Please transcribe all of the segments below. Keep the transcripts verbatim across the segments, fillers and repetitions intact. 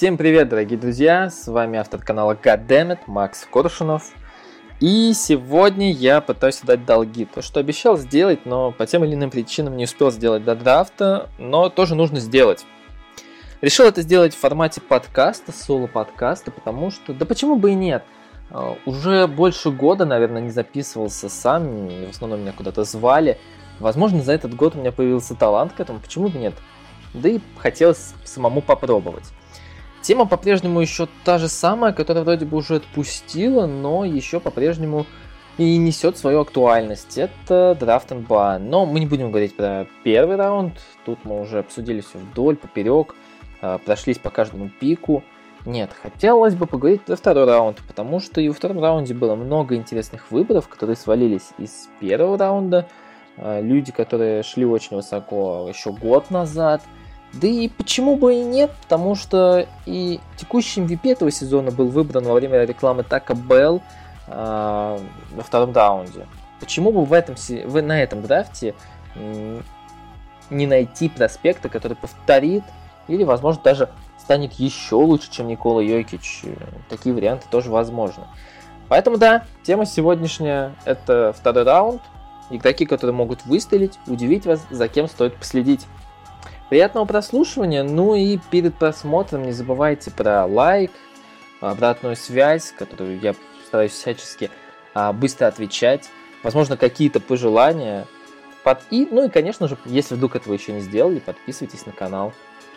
Всем привет, дорогие друзья, с вами автор канала Goddammit, Макс Коршунов. И сегодня я пытаюсь отдать долги. То, что обещал сделать, но по тем или иным причинам не успел сделать до драфта, но тоже нужно сделать. Решил это сделать в формате подкаста, соло-подкаста, потому что, да почему бы и нет. Уже больше года, наверное, не записывался сам, в основном меня куда-то звали. Возможно, за этот год у меня появился талант к этому, почему бы нет. Да и хотелось самому попробовать. Тема по-прежнему еще та же самая, которая вроде бы уже отпустила, но еще по-прежнему и несет свою актуальность. Это драфт эн би эй. Но мы не будем говорить про первый раунд. Тут мы уже обсудили все вдоль, поперек, прошлись по каждому пику. Нет, хотелось бы поговорить про второй раунд, потому что и во втором раунде было много интересных выборов, которые свалились из первого раунда. Люди, которые шли очень высоко еще год назад. Да и почему бы и нет, потому что и текущий эм ви пи этого сезона был выбран во время рекламы Taco Bell э, во втором раунде. Почему бы в этом, в, на этом драфте не найти проспекта, который повторит или, возможно, даже станет еще лучше, чем Никола Йокич? Такие варианты тоже возможны. Поэтому да, тема сегодняшняя – это второй раунд. Игроки, которые могут выстрелить, удивить вас, за кем стоит последить. Приятного прослушивания, ну и перед просмотром не забывайте про лайк, обратную связь, которую я стараюсь всячески а, быстро отвечать, возможно, какие-то пожелания. Под... И, ну и, конечно же, если вдруг этого еще не сделали, подписывайтесь на канал.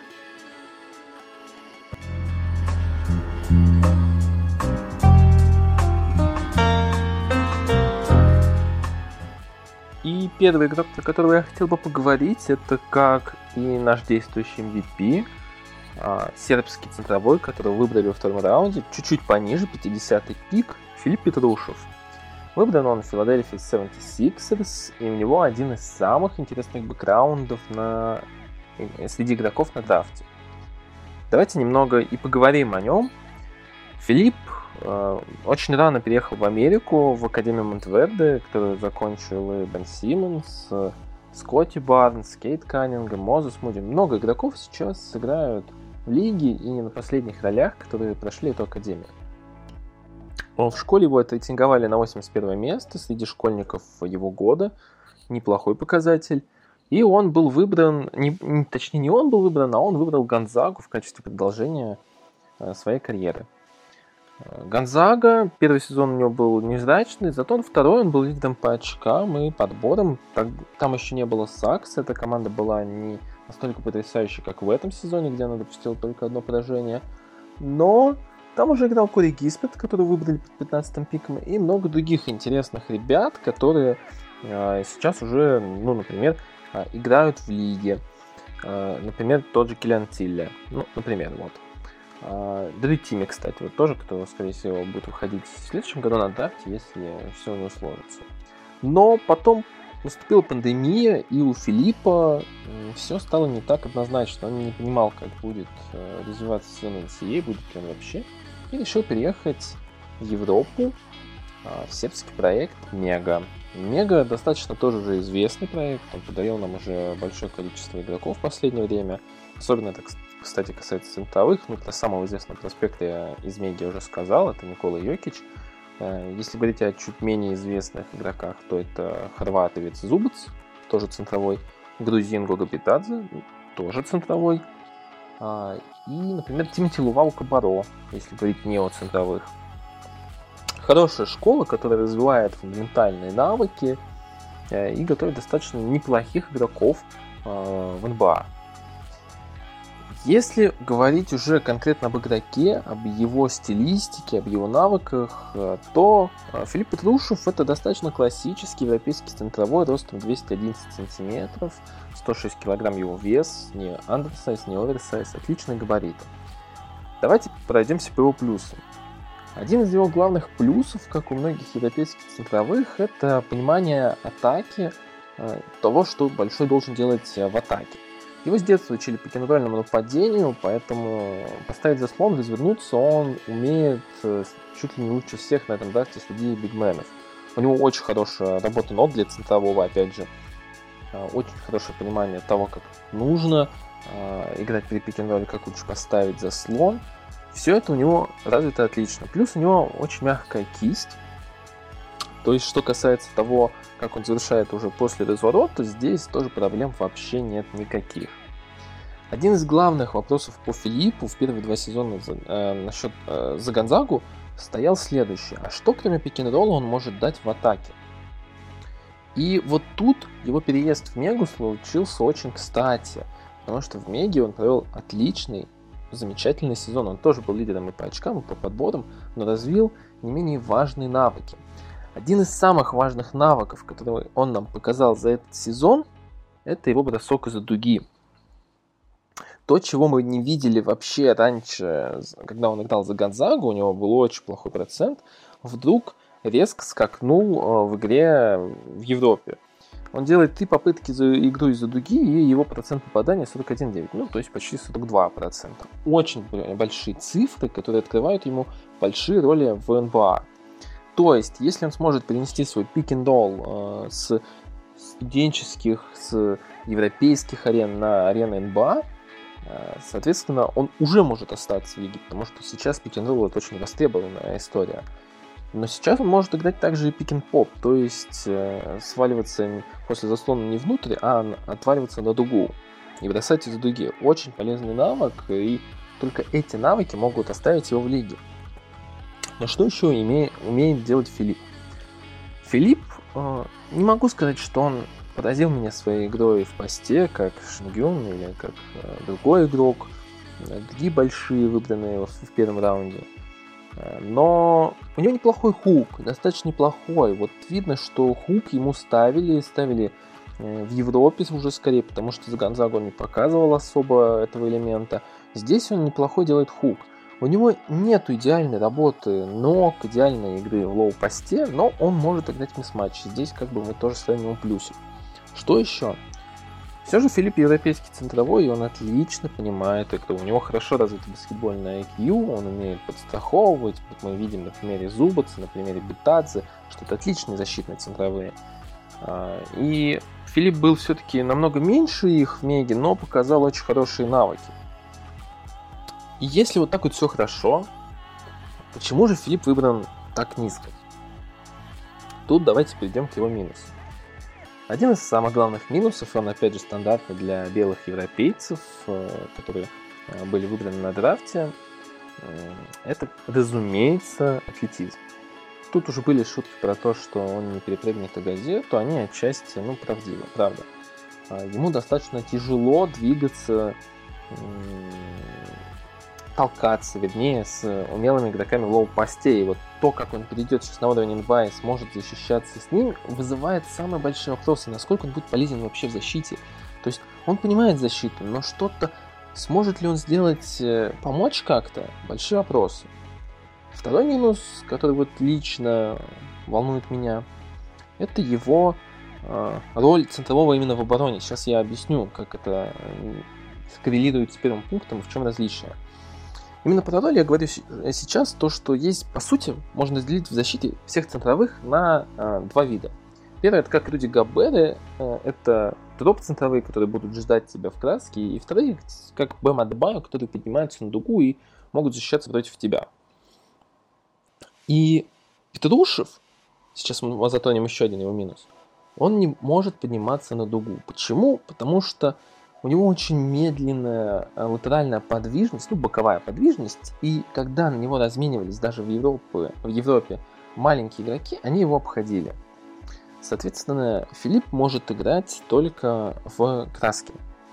И первый игрок, про которого я хотел бы поговорить, это как и наш действующий эм ви пи, а, сербский центровой, которого выбрали во втором раунде, чуть-чуть пониже, пятидесятый пик, Филипп Петрушев. Выбран он в Philadelphia семьдесят шесть ers, и у него один из самых интересных бэкграундов на... среди игроков на драфте. Давайте немного и поговорим о нем. Филипп э, очень рано переехал в Америку, в Академию Монтверде, которую закончил и Бен Симмонс, Скотти Барнс, Кейт Каннингем, Мозес Муди. Много игроков сейчас играют в лиге и не на последних ролях, которые прошли эту академию. В школе его отрейтинговали на восемьдесят первое место среди школьников его года. Неплохой показатель. И он был выбран, не, точнее не он был выбран, а он выбрал Гонзагу в качестве продолжения своей карьеры. Гонзага, первый сезон у него был невзрачный, зато он второй, он был лидером по очкам и подборам. Там еще не было Сакса, эта команда была не настолько потрясающей, как в этом сезоне, где она допустила только одно поражение. Но там уже играл Кори Киспет, которого выбрали под пятнадцатым пиком, и много других интересных ребят, которые э, сейчас уже, ну, например, э, играют в лиге. Э, например, тот же Киллиан Тилля. Ну, например, вот. Дрю Тимми, кстати, вот тоже, кто, скорее всего, будет выходить в следующем году на драфте, если все у него сложится. Но потом наступила пандемия, и у Филиппа все стало не так однозначно. Он не понимал, как будет развиваться сезон эн си эй эй, будет ли он вообще. И решил переехать в Европу, в сербский проект Мега. Мега достаточно тоже уже известный проект, он подарил нам уже большое количество игроков в последнее время. Особенно это, кстати, касается центровых. Ну, про самого известного проспекта я из Меги уже сказал, это Никола Йокич. Если говорить о чуть менее известных игроках, то это хорватовец Зубац, тоже центровой, грузин Гога Битадзе, тоже центровой. И, например, Тимоти Лувау-Кабаро, если говорить не о центровых. Хорошая школа, которая развивает фундаментальные навыки и готовит достаточно неплохих игроков в эн би эй. Если говорить уже конкретно об игроке, об его стилистике, об его навыках, то Филипп Петрушев — это достаточно классический европейский центровой, ростом двести одиннадцать сантиметров, сто шесть килограмм его вес, не андерсайз, не оверсайз, отличный габарит. Давайте пройдемся по его плюсам. Один из его главных плюсов, как у многих европейских центровых, это понимание атаки, того, что большой должен делать в атаке. Его с детства учили пик-н-рольному нападению, поэтому поставить заслон, развернуться он умеет чуть ли не лучше всех на этом драфте среди бигменов. У него очень хорошая работа ног для центрового, опять же. Очень хорошее понимание того, как нужно играть при пик-н-ролле, как лучше поставить заслон. Все это у него развито отлично. Плюс у него очень мягкая кисть. То есть, что касается того, как он завершает уже после разворота, здесь тоже проблем вообще нет никаких. Один из главных вопросов по Филиппу в первые два сезона э, насчет э, за Гонзагу стоял следующий. А что, кроме пик-н-ролла, он может дать в атаке? И вот тут его переезд в Мегу случился очень кстати. Потому что в Меге он провел отличный, замечательный сезон. Он тоже был лидером и по очкам, и по подборам, но развил не менее важные навыки. Один из самых важных навыков, который он нам показал за этот сезон, это его бросок из-за дуги. То, чего мы не видели вообще раньше, когда он играл за Гонзагу, у него был очень плохой процент, вдруг резко скакнул в игре в Европе. Он делает три попытки за игру из-за дуги, и его процент попадания сорок один целых девять десятых, ну, то есть почти сорок два процента. Очень большие цифры, которые открывают ему большие роли в эн би эй. То есть, если он сможет перенести свой пик-н-ролл э, с студенческих, с европейских арен на арены эн би эй, э, соответственно, он уже может остаться в лиге, потому что сейчас пик-н-ролл это очень востребованная история. Но сейчас он может играть также и пик-н-поп, то есть э, сваливаться после заслона не внутрь, а отваливаться на дугу и бросать из дуги. Очень полезный навык, и только эти навыки могут оставить его в лиге. Но что еще име, умеет делать Филипп? Филипп, э, не могу сказать, что он поразил меня своей игрой в посте, как Шингюн или как э, другой игрок, другие большие, выбранные в, в первом раунде. Но у него неплохой хук, достаточно неплохой. Вот видно, что хук ему ставили, ставили в Европе уже скорее, потому что за Гонзагу он не показывал особо этого элемента. Здесь он неплохой делает хук. У него нет идеальной работы ног, идеальной игры в лоу-посте, но он может играть мисс-матч. Здесь как бы мы тоже ставим ему плюсик. Что еще? Все же Филипп европейский центровой, и он отлично понимает игру. У него хорошо развит баскетбольный ай кью, он умеет подстраховывать. Вот мы видим на примере Зубаца, на примере Битадзе, что это отличные защитные центровые. И Филипп был все-таки намного меньше их в Меге, но показал очень хорошие навыки. И если вот так вот все хорошо, почему же Филипп выбран так низко? Тут давайте перейдем к его минусам. Один из самых главных минусов, он опять же стандартный для белых европейцев, которые были выбраны на драфте, это, разумеется, атлетизм. Тут уже были шутки про то, что он не перепрыгнет газету, они отчасти, ну, правдивы, правда. Ему достаточно тяжело двигаться, толкаться, вернее, с умелыми игроками в лоу-посте. И вот то, как он перейдет сейчас на уровень эн би эй и сможет защищаться с ним, вызывает самые большие вопросы, насколько он будет полезен вообще в защите. То есть он понимает защиту, но что-то сможет ли он сделать, помочь как-то? Большие вопросы. Второй минус, который вот лично волнует меня, это его э, роль центрового именно в обороне. Сейчас я объясню, как это коррелирует с первым пунктом, в чем различие. Именно про роль я говорю сейчас, то, что есть, по сути, можно разделить в защите всех центровых на э, два вида. Первый, это как Руди Гоберы, э, это дроп-центровые, которые будут ждать тебя в краске, и вторые, как Бэм Адебайо, которые поднимаются на дугу и могут защищаться против тебя. И Петрушев, сейчас мы затронем еще один его минус, он не может подниматься на дугу. Почему? Потому что у него очень медленная латеральная подвижность, ну, боковая подвижность, и когда на него разменивались даже в Европе, в Европе маленькие игроки, они его обходили. Соответственно, Филипп может играть только в краске.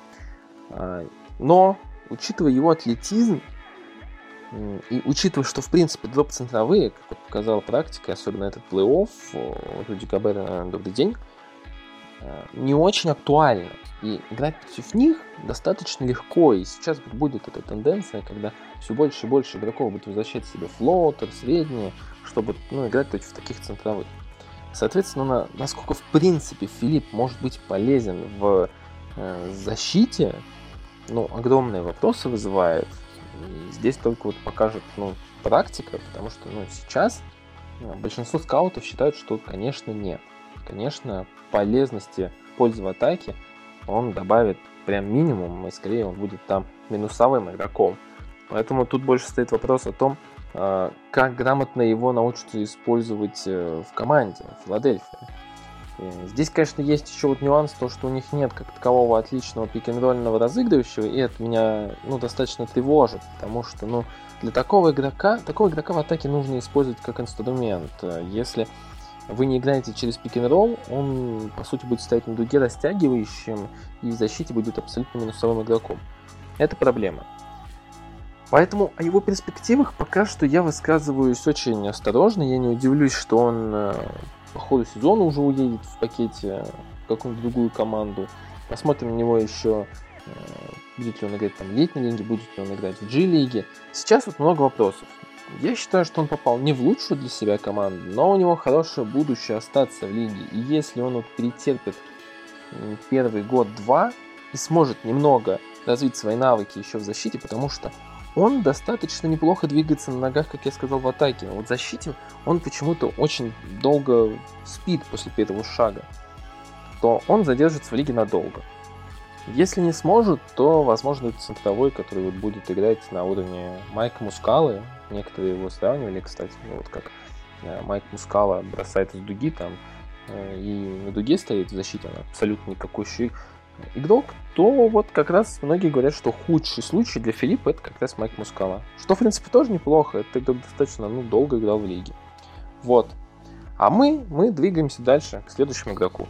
Но, учитывая его атлетизм, и учитывая, что в принципе дроп-центровые, как вот показала практика, особенно этот плей-офф, Руди Гобер, добрый день, не очень актуально. И играть против них достаточно легко. И сейчас будет эта тенденция, когда все больше и больше игроков будут возвращать себе флотер, средние, чтобы, ну, играть против таких центровых. Соответственно, насколько в принципе Филипп может быть полезен в э, защите, ну, огромные вопросы вызывает. И здесь только вот покажет, ну, практика, потому что, ну, сейчас большинство скаутов считают, что, конечно, нет. Конечно, полезности пользы в атаке он добавит прям минимум, и скорее он будет там минусовым игроком. Поэтому тут больше стоит вопрос о том, как грамотно его научатся использовать в команде Филадельфии. Здесь, конечно, есть еще вот нюанс, то, что у них нет как такового отличного пик-н-ролльного разыгрывающего, и это меня, ну, достаточно тревожит, потому что, ну, для такого игрока, такого игрока в атаке нужно использовать как инструмент. Если вы не играете через пик-н-ролл, он, по сути, будет стоять на дуге растягивающим, и в защите будет абсолютно минусовым игроком. Это проблема. Поэтому о его перспективах пока что я высказываюсь очень осторожно. Я не удивлюсь, что он по ходу сезона уже уедет в пакете в какую-нибудь другую команду. Посмотрим на него еще, будет ли он играть там в летней лиге, будет ли он играть в G-лиге. Сейчас вот много вопросов. Я считаю, что он попал не в лучшую для себя команду, но у него хорошее будущее остаться в лиге. И если он вот перетерпит первый год-два и сможет немного развить свои навыки еще в защите, потому что он достаточно неплохо двигается на ногах, как я сказал, в атаке. Вот в защите он почему-то очень долго спит после первого шага, то он задержится в лиге надолго. Если не сможет, то, возможно, это центровой, который вот будет играть на уровне Майка Мускалы. Некоторые его сравнивали, кстати, ну, вот как Майк Мускала бросает из дуги там, и на дуге стоит в защите, он абсолютно никакущий игрок, то вот как раз многие говорят, что худший случай для Филиппа это как раз Майк Мускала. Что, в принципе, тоже неплохо. Это игрок достаточно ну, долго играл в лиге. Вот. А мы, мы двигаемся дальше к следующему игроку.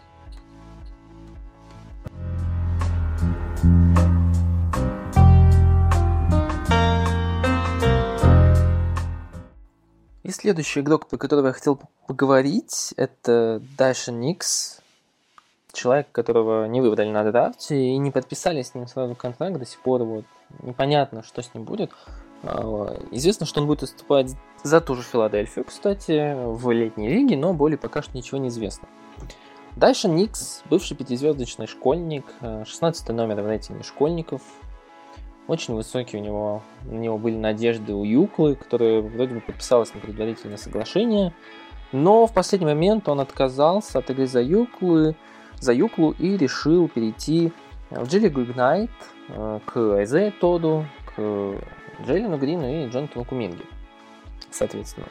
И следующий игрок, про которого я хотел поговорить, это Дайшон Никс. Человек, которого не выбрали на драфте и не подписали с ним сразу контракт, до сих пор вот непонятно, что с ним будет. Известно, что он будет выступать за ту же Филадельфию, кстати, в летней лиге, но более пока что ничего не известно. Дайшон Никс, бывший пятизвездочный школьник, шестнадцатый номер в рейтинге школьников. Очень высокие у него, у него были надежды у Юклы, которая вроде бы подписалась на предварительное соглашение, но в последний момент он отказался от игры за Юклы, за Юклу и решил перейти в G-лигу Ignite к Айзею Тоду, к Джейлену Грину и Джонатану Куминге, соответственно.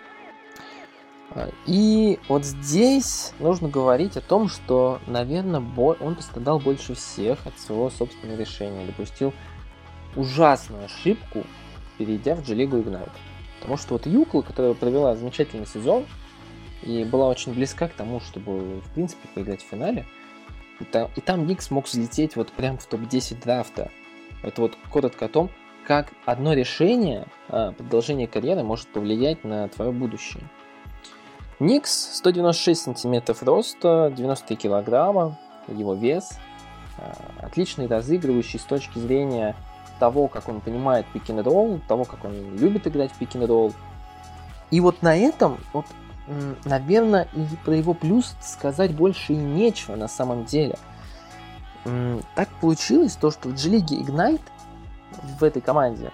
И вот здесь нужно говорить о том, что, наверное, он пострадал больше всех от своего собственного решения, допустил ужасную ошибку, перейдя в G-лигу Ignite. Потому что вот Юкла, которая провела замечательный сезон, и была очень близка к тому, чтобы, в принципе, поиграть в финале. И там, и там Никс мог взлететь вот прям в топ десять драфта. Это вот коротко о том, как одно решение, а, продолжение карьеры может повлиять на твое будущее. Никс сто девяносто шесть сантиметров роста, девяносто три килограмма, его вес. А, отличный разыгрывающий с точки зрения того, как он понимает пик-н-ролл, того, как он любит играть в пик-н-ролл. И вот на этом... вот наверное, и про его плюс сказать больше и нечего на самом деле. Так получилось, то, что в G-лиге Ignite в этой команде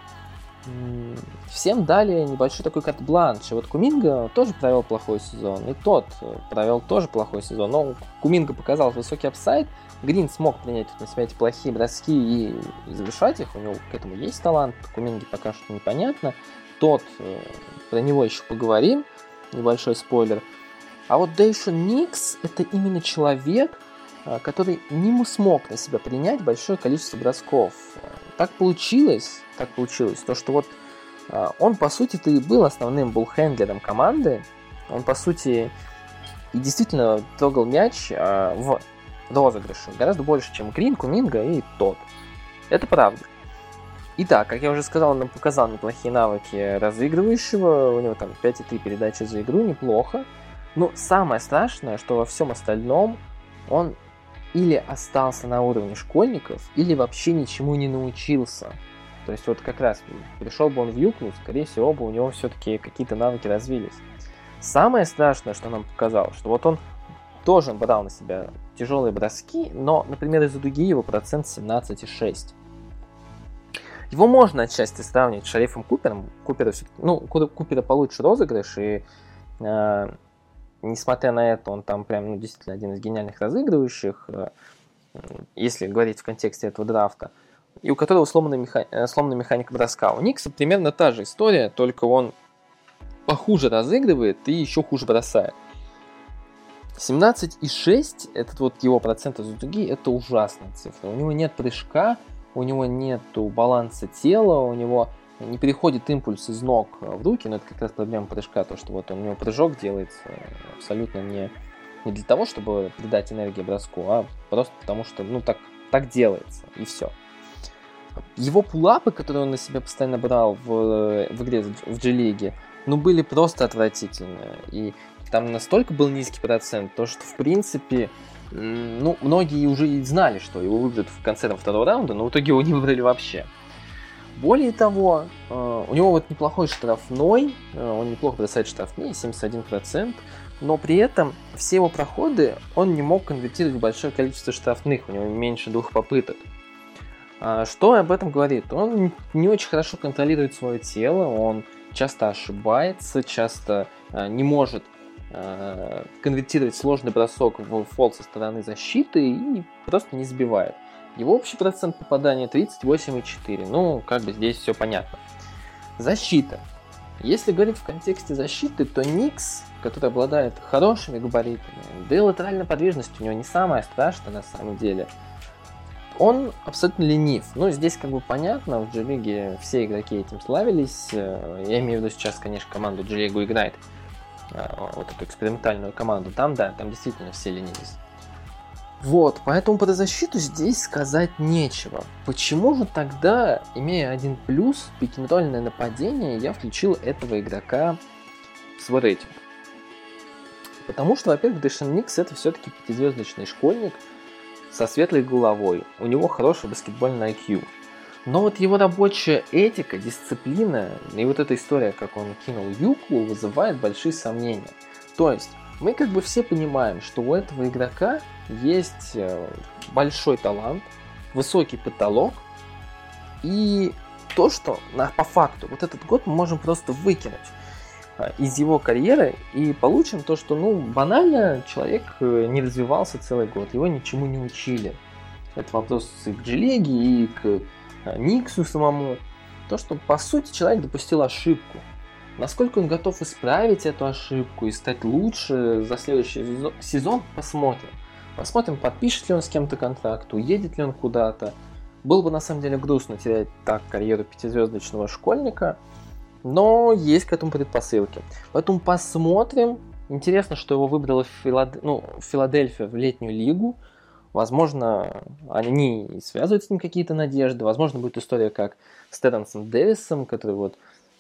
всем дали небольшой такой карт-бланш. И вот Куминга тоже провел плохой сезон, и тот провел тоже плохой сезон. Но Куминга показал высокий апсайд, Грин смог принять на себя эти плохие броски и, и завершать их, у него к этому есть талант, Куминге пока что непонятно. Тот, про него еще поговорим. Небольшой спойлер. А вот Дайшон Никс это именно человек, который не смог на себя принять большое количество бросков. Так получилось, так получилось, то что вот он по сути-то и был основным буллхендлером команды. Он по сути и действительно трогал мяч в розыгрыше гораздо больше, чем Грин, Куминга и тот. Это правда. И да, как я уже сказал, он нам показал неплохие навыки разыгрывающего, у него там пять и три передачи за игру, неплохо. Но самое страшное, что во всем остальном он или остался на уровне школьников, или вообще ничему не научился. То есть вот как раз пришел бы он в Юклу, скорее всего бы у него все-таки какие-то навыки развились. Самое страшное, что нам показал, что вот он тоже брал на себя тяжелые броски, но, например, из-за дуги его процент семнадцать и шесть. Его можно отчасти сравнить с Шарифом Купером. Купера, ну, Купера получше розыгрыш, и э, несмотря на это, он там прям ну, действительно один из гениальных разыгрывающих, э, если говорить в контексте этого драфта. и у которого сломанная, меха... сломанная механика броска. У Никса примерно та же история, только он похуже разыгрывает и еще хуже бросает. семнадцать и шесть, этот вот его процент из дуги, это ужасная цифра. У него нет прыжка, у него нет баланса тела, у него не переходит импульс из ног в руки, но это как раз проблема прыжка, то, что вот он, у него прыжок делается абсолютно не, не для того, чтобы придать энергии броску, а просто потому, что ну так, так делается, и все. Его пулапы, которые он на себя постоянно брал в, в игре в G-лиге, ну были просто отвратительные, и там настолько был низкий процент, то что в принципе, ну, многие уже и знали, что его выберут в конце там, второго раунда, но в итоге его не выбрали вообще. Более того, у него вот неплохой штрафной, он неплохо бросает штрафные, семьдесят один процент, но при этом все его проходы он не мог конвертировать в большое количество штрафных, у него меньше двух попыток. Что об этом говорит? Он не очень хорошо контролирует свое тело, он часто ошибается, часто не может конвертировать сложный бросок в фол со стороны защиты и просто не сбивает. Его общий процент попадания тридцать восемь и четыре. Ну, как бы здесь все понятно. Защита. Если говорить в контексте защиты, то Никс, который обладает хорошими габаритами, да и латеральная подвижность у него не самая страшная на самом деле, он абсолютно ленив. Ну, здесь как бы понятно, в G-лиге все игроки этим славились. Я имею в виду сейчас, конечно, команду G-лигу Ignite, вот эту экспериментальную команду. Там, да, там действительно все ленились. Вот, поэтому про защиту здесь сказать нечего. Почему же тогда, имея один плюс, пик-н-рольное нападение, я включил этого игрока в свой рейтинг? Потому что, во-первых, Дэшен Никс это все-таки пятизвездочный школьник со светлой головой. У него хороший баскетбольный ай кью. Но вот его рабочая этика, дисциплина и вот эта история, как он кинул юбку, вызывает большие сомнения. То есть, мы как бы все понимаем, что у этого игрока есть большой талант, высокий потолок, и то, что на, по факту вот этот год мы можем просто выкинуть из его карьеры и получим то, что ну банально человек не развивался целый год, его ничему не учили. Это вопрос и к G-лиге, и к Никсу самому. То, что по сути человек допустил ошибку. Насколько он готов исправить эту ошибку и стать лучше за следующий сезон, посмотрим. Посмотрим, подпишет ли он с кем-то контракт, уедет ли он куда-то. Было бы на самом деле грустно терять так карьеру пятизвездочного школьника, но есть к этому предпосылки. Поэтому посмотрим. Интересно, что его выбрала Филад... ну, Филадельфия в летнюю лигу. Возможно, они связывают с ним какие-то надежды. Возможно, будет история как с Терренсом Дэвисом, который вот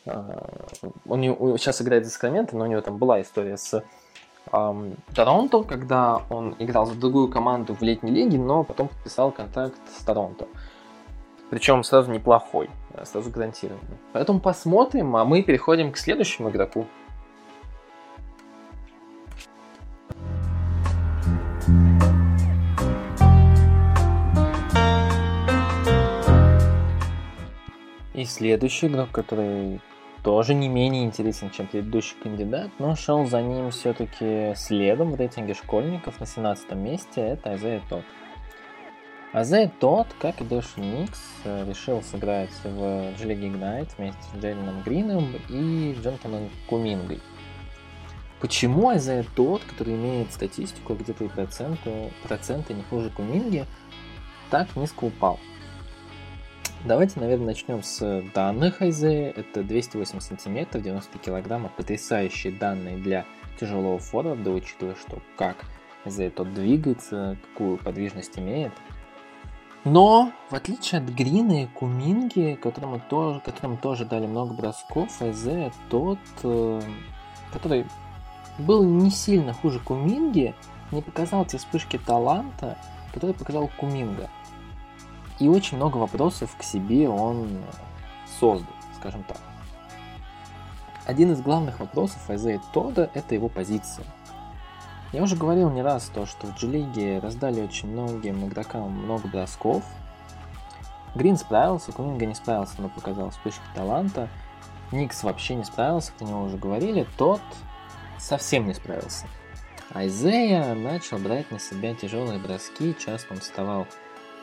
Он сейчас играет за Сакраменто, но у него там была история с эм, Торонто, когда он играл за другую команду в летней лиге, но потом подписал контракт с Торонто. Причем сразу неплохой, сразу гарантированный. Поэтому посмотрим, а мы переходим к следующему игроку. И следующий игрок, который тоже не менее интересен, чем предыдущий кандидат, но шел за ним все-таки следом в рейтинге школьников на семнадцатом месте, это Айзайя Тодд. Айзайя Тодд, как и Дэшен Никс, решил сыграть в G-лиге Ignite вместе с Джейленом Грином и Джонатаном Кумингой. Почему Айзайя Тодд, который имеет статистику где-то и проценты, проценты не хуже Куминги, так низко упал? Давайте, наверное, начнем с данных Айзайи. Это двести восемь сантиметров, девяносто килограммов. Потрясающие данные для тяжелого форварда, учитывая, что как Айзайя Тодд двигается, какую подвижность имеет. Но, в отличие от Грина и Куминги, которым тоже, которым тоже дали много бросков, Айзайя Тодд, который был не сильно хуже Куминги, не показал те вспышки таланта, которые показал Куминга. И очень много вопросов к себе он создал, скажем так. Один из главных вопросов Айзайи Тодда – это его позиция. Я уже говорил не раз то, что в G-лиге раздали очень многим игрокам много бросков. Грин справился, Куминга не справился, но показал вспышки таланта. Никс вообще не справился, про него уже говорили. Тодд совсем не справился. Айзайя начал брать на себя тяжелые броски, часто он вставал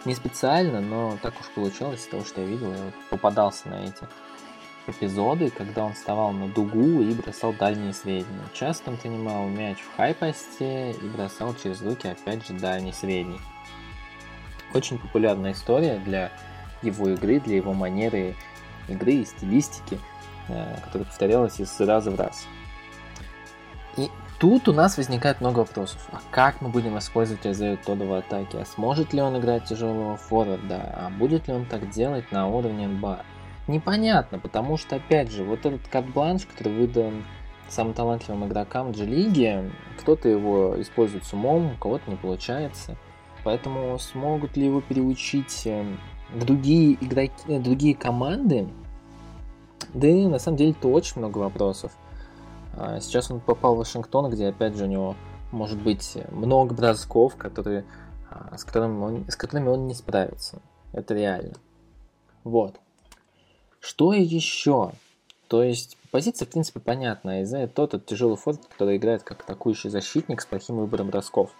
Не специально, но так уж получалось, из того, что я видел, я вот попадался на эти эпизоды, когда он вставал на дугу и бросал дальние средние. Часто он принимал мяч в хай-посте и бросал через руки, опять же, дальний средний. Очень популярная история для его игры, для его манеры игры и стилистики, которая повторялась из раза в раз. И тут у нас возникает много вопросов. А как мы будем использовать Айзею Тодда в атаке? А сможет ли он играть тяжелого форварда? А будет ли он так делать на уровне эн би эй? Непонятно, потому что, опять же, вот этот карт-бланш, который выдан самым талантливым игрокам G-лиги, кто-то его использует с умом, у кого-то не получается. Поэтому смогут ли его переучить другие игроки, другие команды? Да и на самом деле-то очень много вопросов. Сейчас он попал в Вашингтон, где, опять же, у него может быть много бросков, которые, с, которыми он, с которыми он не справится. Это реально. Вот. Что еще? То есть, позиция, в принципе, понятная. Айзея тот, тот тяжелый форвард, который играет как атакующий защитник с плохим выбором бросков.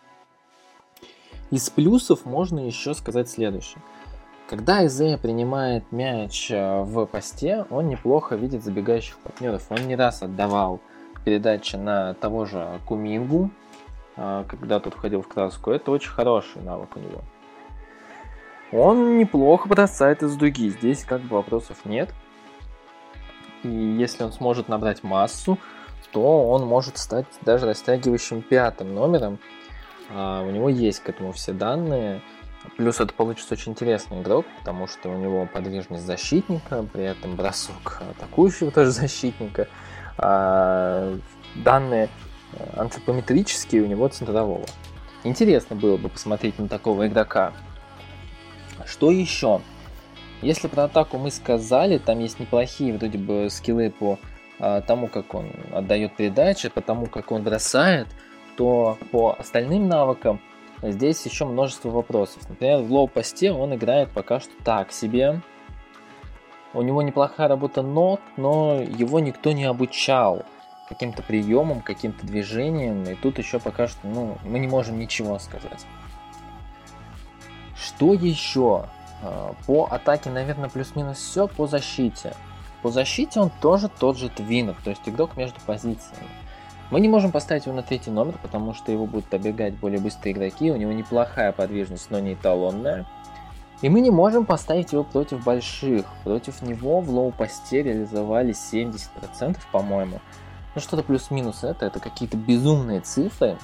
Из плюсов можно еще сказать следующее. Когда Айзея принимает мяч в посте, он неплохо видит забегающих партнеров. Он не раз отдавал передачи на того же Кумингу, когда тот входил в краску. Это очень хороший навык у него. Он неплохо бросает из дуги. Здесь как бы вопросов нет. И если он сможет набрать массу, то он может стать даже растягивающим пятым номером. У него есть к этому все данные. Плюс это получится очень интересный игрок, потому что у него подвижность защитника, при этом бросок атакующего тоже защитника. А данные антропометрические у него центрового. Интересно было бы посмотреть на такого игрока. Что еще? Если про атаку мы сказали, там есть неплохие вроде бы скиллы по а, тому, как он отдает передачи, по тому, как он бросает, то по остальным навыкам здесь еще множество вопросов. Например, в лоу-посте он играет пока что так себе. У него неплохая работа ног, но его никто не обучал каким-то приемам, каким-то движениям. И тут еще пока что ну, мы не можем ничего сказать. Что еще? По атаке, наверное, плюс-минус все. По защите. По защите он тоже тот же твиннер, то есть игрок между позициями. Мы не можем поставить его на третий номер, потому что его будут оббегать более быстрые игроки, у него неплохая подвижность, но не эталонная. И мы не можем поставить его против больших. Против него в лоу-посте реализовали семьдесят процентов, по-моему. Ну что-то плюс-минус это, это какие-то безумные цифры.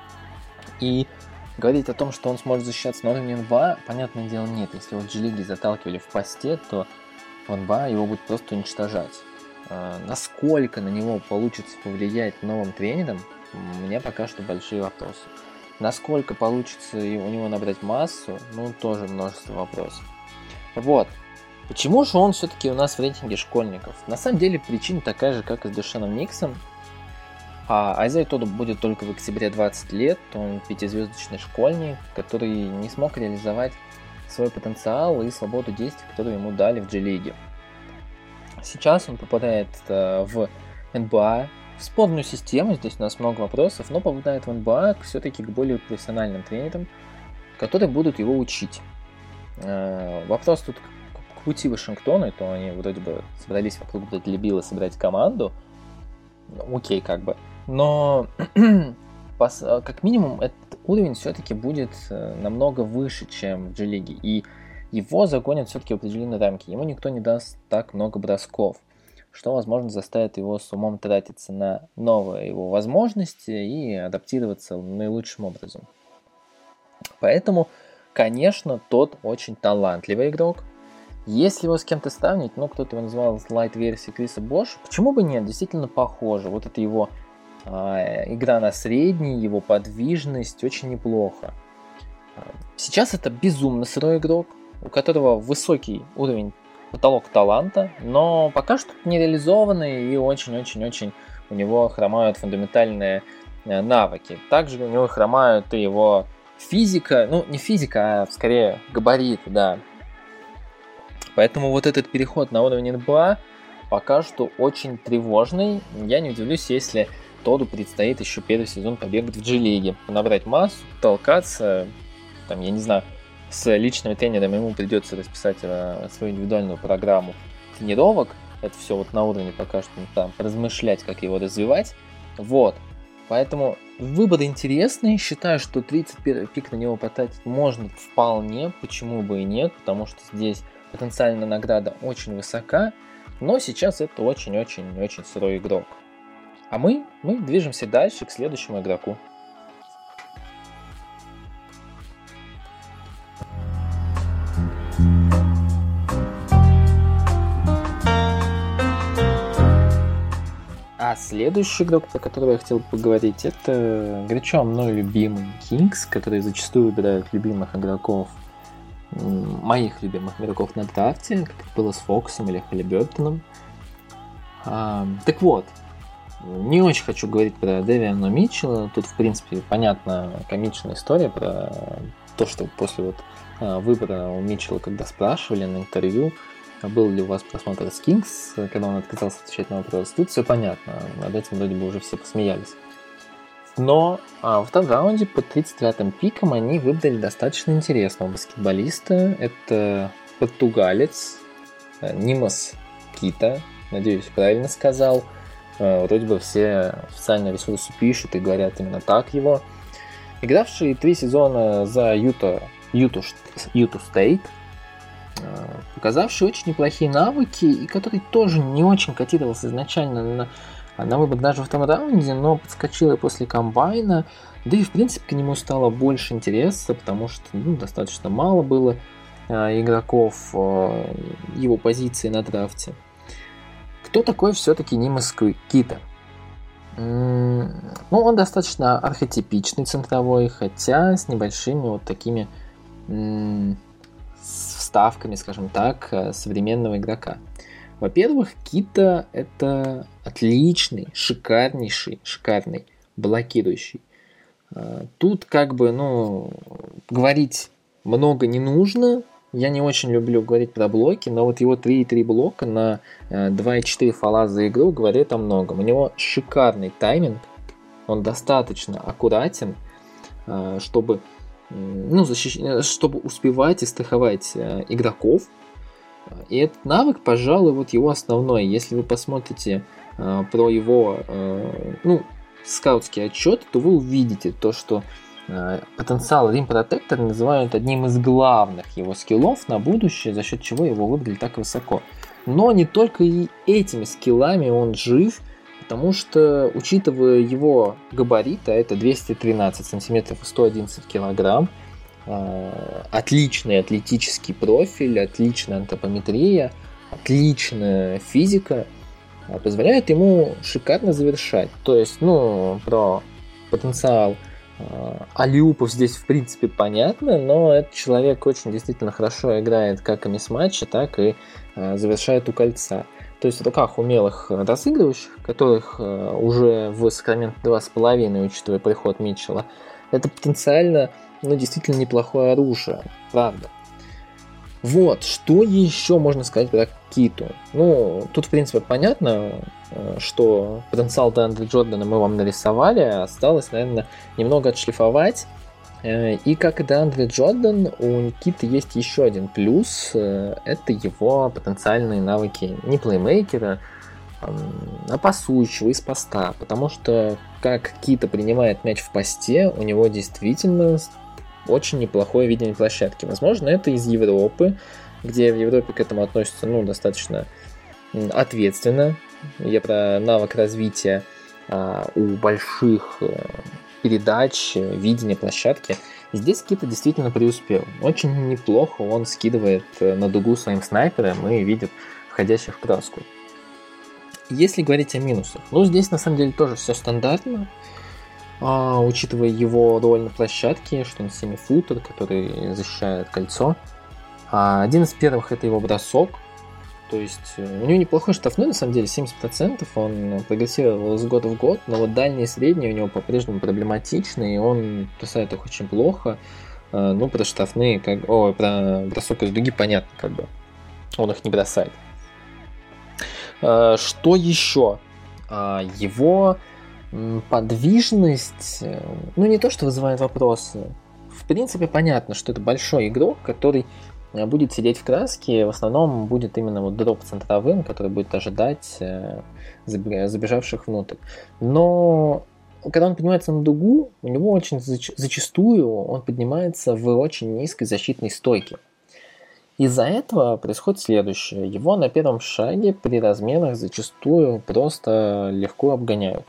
И говорить о том, что он сможет защищаться на уровне эн би эй, понятное дело, нет. Если его в G-лиге заталкивали в посте, то в эн би эй его будет просто уничтожать. Насколько на него получится повлиять новым тренером, мне пока что большие вопросы. Насколько получится у него набрать массу, ну, тоже множество вопросов. Вот. Почему же он все-таки у нас в рейтинге школьников? На самом деле причина такая же, как и с Дэшоном Никсом. А Айзея Тодду будет только в октябре двадцать лет, он пятизвездочный школьник, который не смог реализовать свой потенциал и свободу действий, которую ему дали в G-лиге. Сейчас он попадает э, в эн би эй, в спорную систему, здесь у нас много вопросов, но попадает в эн би эй все-таки к более профессиональным тренерам, которые будут его учить. Э, вопрос тут к, к пути Вашингтона, то они вроде бы собрались вокруг Брэдли Билла собрать команду, ну, окей, как бы, но пос, как минимум этот уровень все-таки будет намного выше, чем в G-лиге, и его загонят все-таки в определенные рамки. Ему никто не даст так много бросков, что, возможно, заставит его с умом тратиться на новые его возможности и адаптироваться наилучшим образом. Поэтому, конечно, тот очень талантливый игрок. Если его с кем-то сравнить, ну, кто-то его называл лайт-версией Криса Боша, почему бы нет? Действительно похоже. Вот это его э, игра на средний, его подвижность, очень неплохо. Сейчас это безумно сырой игрок, у которого высокий уровень потолок таланта, но пока что не реализованный и очень-очень-очень у него хромают фундаментальные навыки. Также у него хромают и его физика, ну не физика, а скорее габариты, да. Поэтому вот этот переход на уровень эн би эй пока что очень тревожный. Я не удивлюсь, если Тодду предстоит еще первый сезон побегать в G-лиге, набрать массу, толкаться, там, я не знаю, с личным тренером ему придется расписать свою индивидуальную программу тренировок. Это все вот на уровне пока что там размышлять, как его развивать. Вот. Поэтому выбор интересный. Считаю, что тридцать первый пик на него потратить можно вполне. Почему бы и нет? Потому что здесь потенциальная награда очень высока. Но сейчас это очень-очень-очень сырой игрок. А мы, мы движемся дальше к следующему игроку. А следующий игрок, про которого я хотел поговорить, это горячо мной любимый Кингс, который зачастую выбирают любимых игроков, моих любимых игроков на драфте, как это было с Фоксом или Халибертоном. А, так вот, не очень хочу говорить про Дэвиана Митчелла. Тут, в принципе, понятна комичная история про то, что после вот выбора у Митчелла, когда спрашивали на интервью, был ли у вас просмотр с Кингс, когда он отказался отвечать на вопрос. Тут все понятно, над этим вроде бы уже все посмеялись. Но а, во втором раунде под тридцать девятым пиком они выбрали достаточно интересного баскетболиста. Это португалец Нимас Кита, надеюсь, правильно сказал. А, вроде бы все официальные ресурсы пишут и говорят именно так его. Игравший три сезона за Юта, Юту, Юту Стейт, показавший очень неплохие навыки и который тоже не очень котировался изначально на, на выбор даже во втором раунде, но подскочил и после комбайна, да и в принципе к нему стало больше интереса, потому что ну, достаточно мало было э, игроков э, его позиции на драфте. Кто такой все-таки Нимас Кита? М-м, ну, он достаточно архетипичный центровой, хотя с небольшими вот такими м- вставками, скажем так, современного игрока. Во-первых, Кита — это отличный, шикарнейший, шикарный блокирующий. Тут как бы, ну, говорить много не нужно. Я не очень люблю говорить про блоки, но вот его три и три блока на два и четыре фола за игру говорит о многом. У него шикарный тайминг, он достаточно аккуратен, чтобы ну, защищ... чтобы успевать и страховать э, игроков. И этот навык, пожалуй, вот его основной. Если вы посмотрите э, про его э, ну, скаутский отчет, то вы увидите то, что э, потенциал Rim Protector называют одним из главных его скиллов на будущее, за счет чего его выбрали так высоко. Но не только и этими скиллами он жив, потому что, учитывая его габариты, это двести тринадцать сантиметров и сто одиннадцать килограмм, отличный атлетический профиль, отличная антропометрия, отличная физика, позволяет ему шикарно завершать. То есть, ну, про потенциал аллиупов здесь, в принципе, понятно, но этот человек очень действительно хорошо играет как и мисс-матчи, так и завершает у кольца. То есть в руках умелых разыгрывающих, которых уже в Сакраменто два с половиной, учитывая приход Митчелла, это потенциально, ну, действительно неплохое оружие, правда. Вот, что еще можно сказать про Киту? Ну, тут, в принципе, понятно, что потенциал Деандре Джордана мы вам нарисовали, осталось, наверное, немного отшлифовать. И как и Деандре Джордан, у Никиты есть еще один плюс, это его потенциальные навыки не плеймейкера, а пасующего из поста, потому что как Кита принимает мяч в посте, у него действительно очень неплохое видение площадки. Возможно, это из Европы, где в Европе к этому относятся ну, достаточно ответственно. Я про навык развития а, у больших передач, видения площадки. И здесь Кита действительно преуспел. Очень неплохо он скидывает на дугу своим снайпером и видит входящих в краску. Если говорить о минусах, ну здесь на самом деле тоже все стандартно. А, учитывая его роль на площадке, что он семифутер, который защищает кольцо. А, один из первых это его бросок. То есть у него неплохой штрафной, на самом деле, семьдесят процентов, он прогрессировал с года в год, но вот дальние и средние у него по-прежнему проблематичны, и он бросает их очень плохо. Ну, про штрафные, как... О, про бросок из дуги понятно, как бы. Он их не бросает. Что еще? Его подвижность, ну, не то, что вызывает вопросы в принципе, понятно, что это большой игрок, который будет сидеть в краске, в основном будет именно вот дроп центровым, который будет ожидать забежавших внутрь. Но когда он поднимается на дугу, у него очень зач- зачастую он поднимается в очень низкой защитной стойке. Из-за этого происходит следующее. Его на первом шаге при разменах зачастую просто легко обгоняют.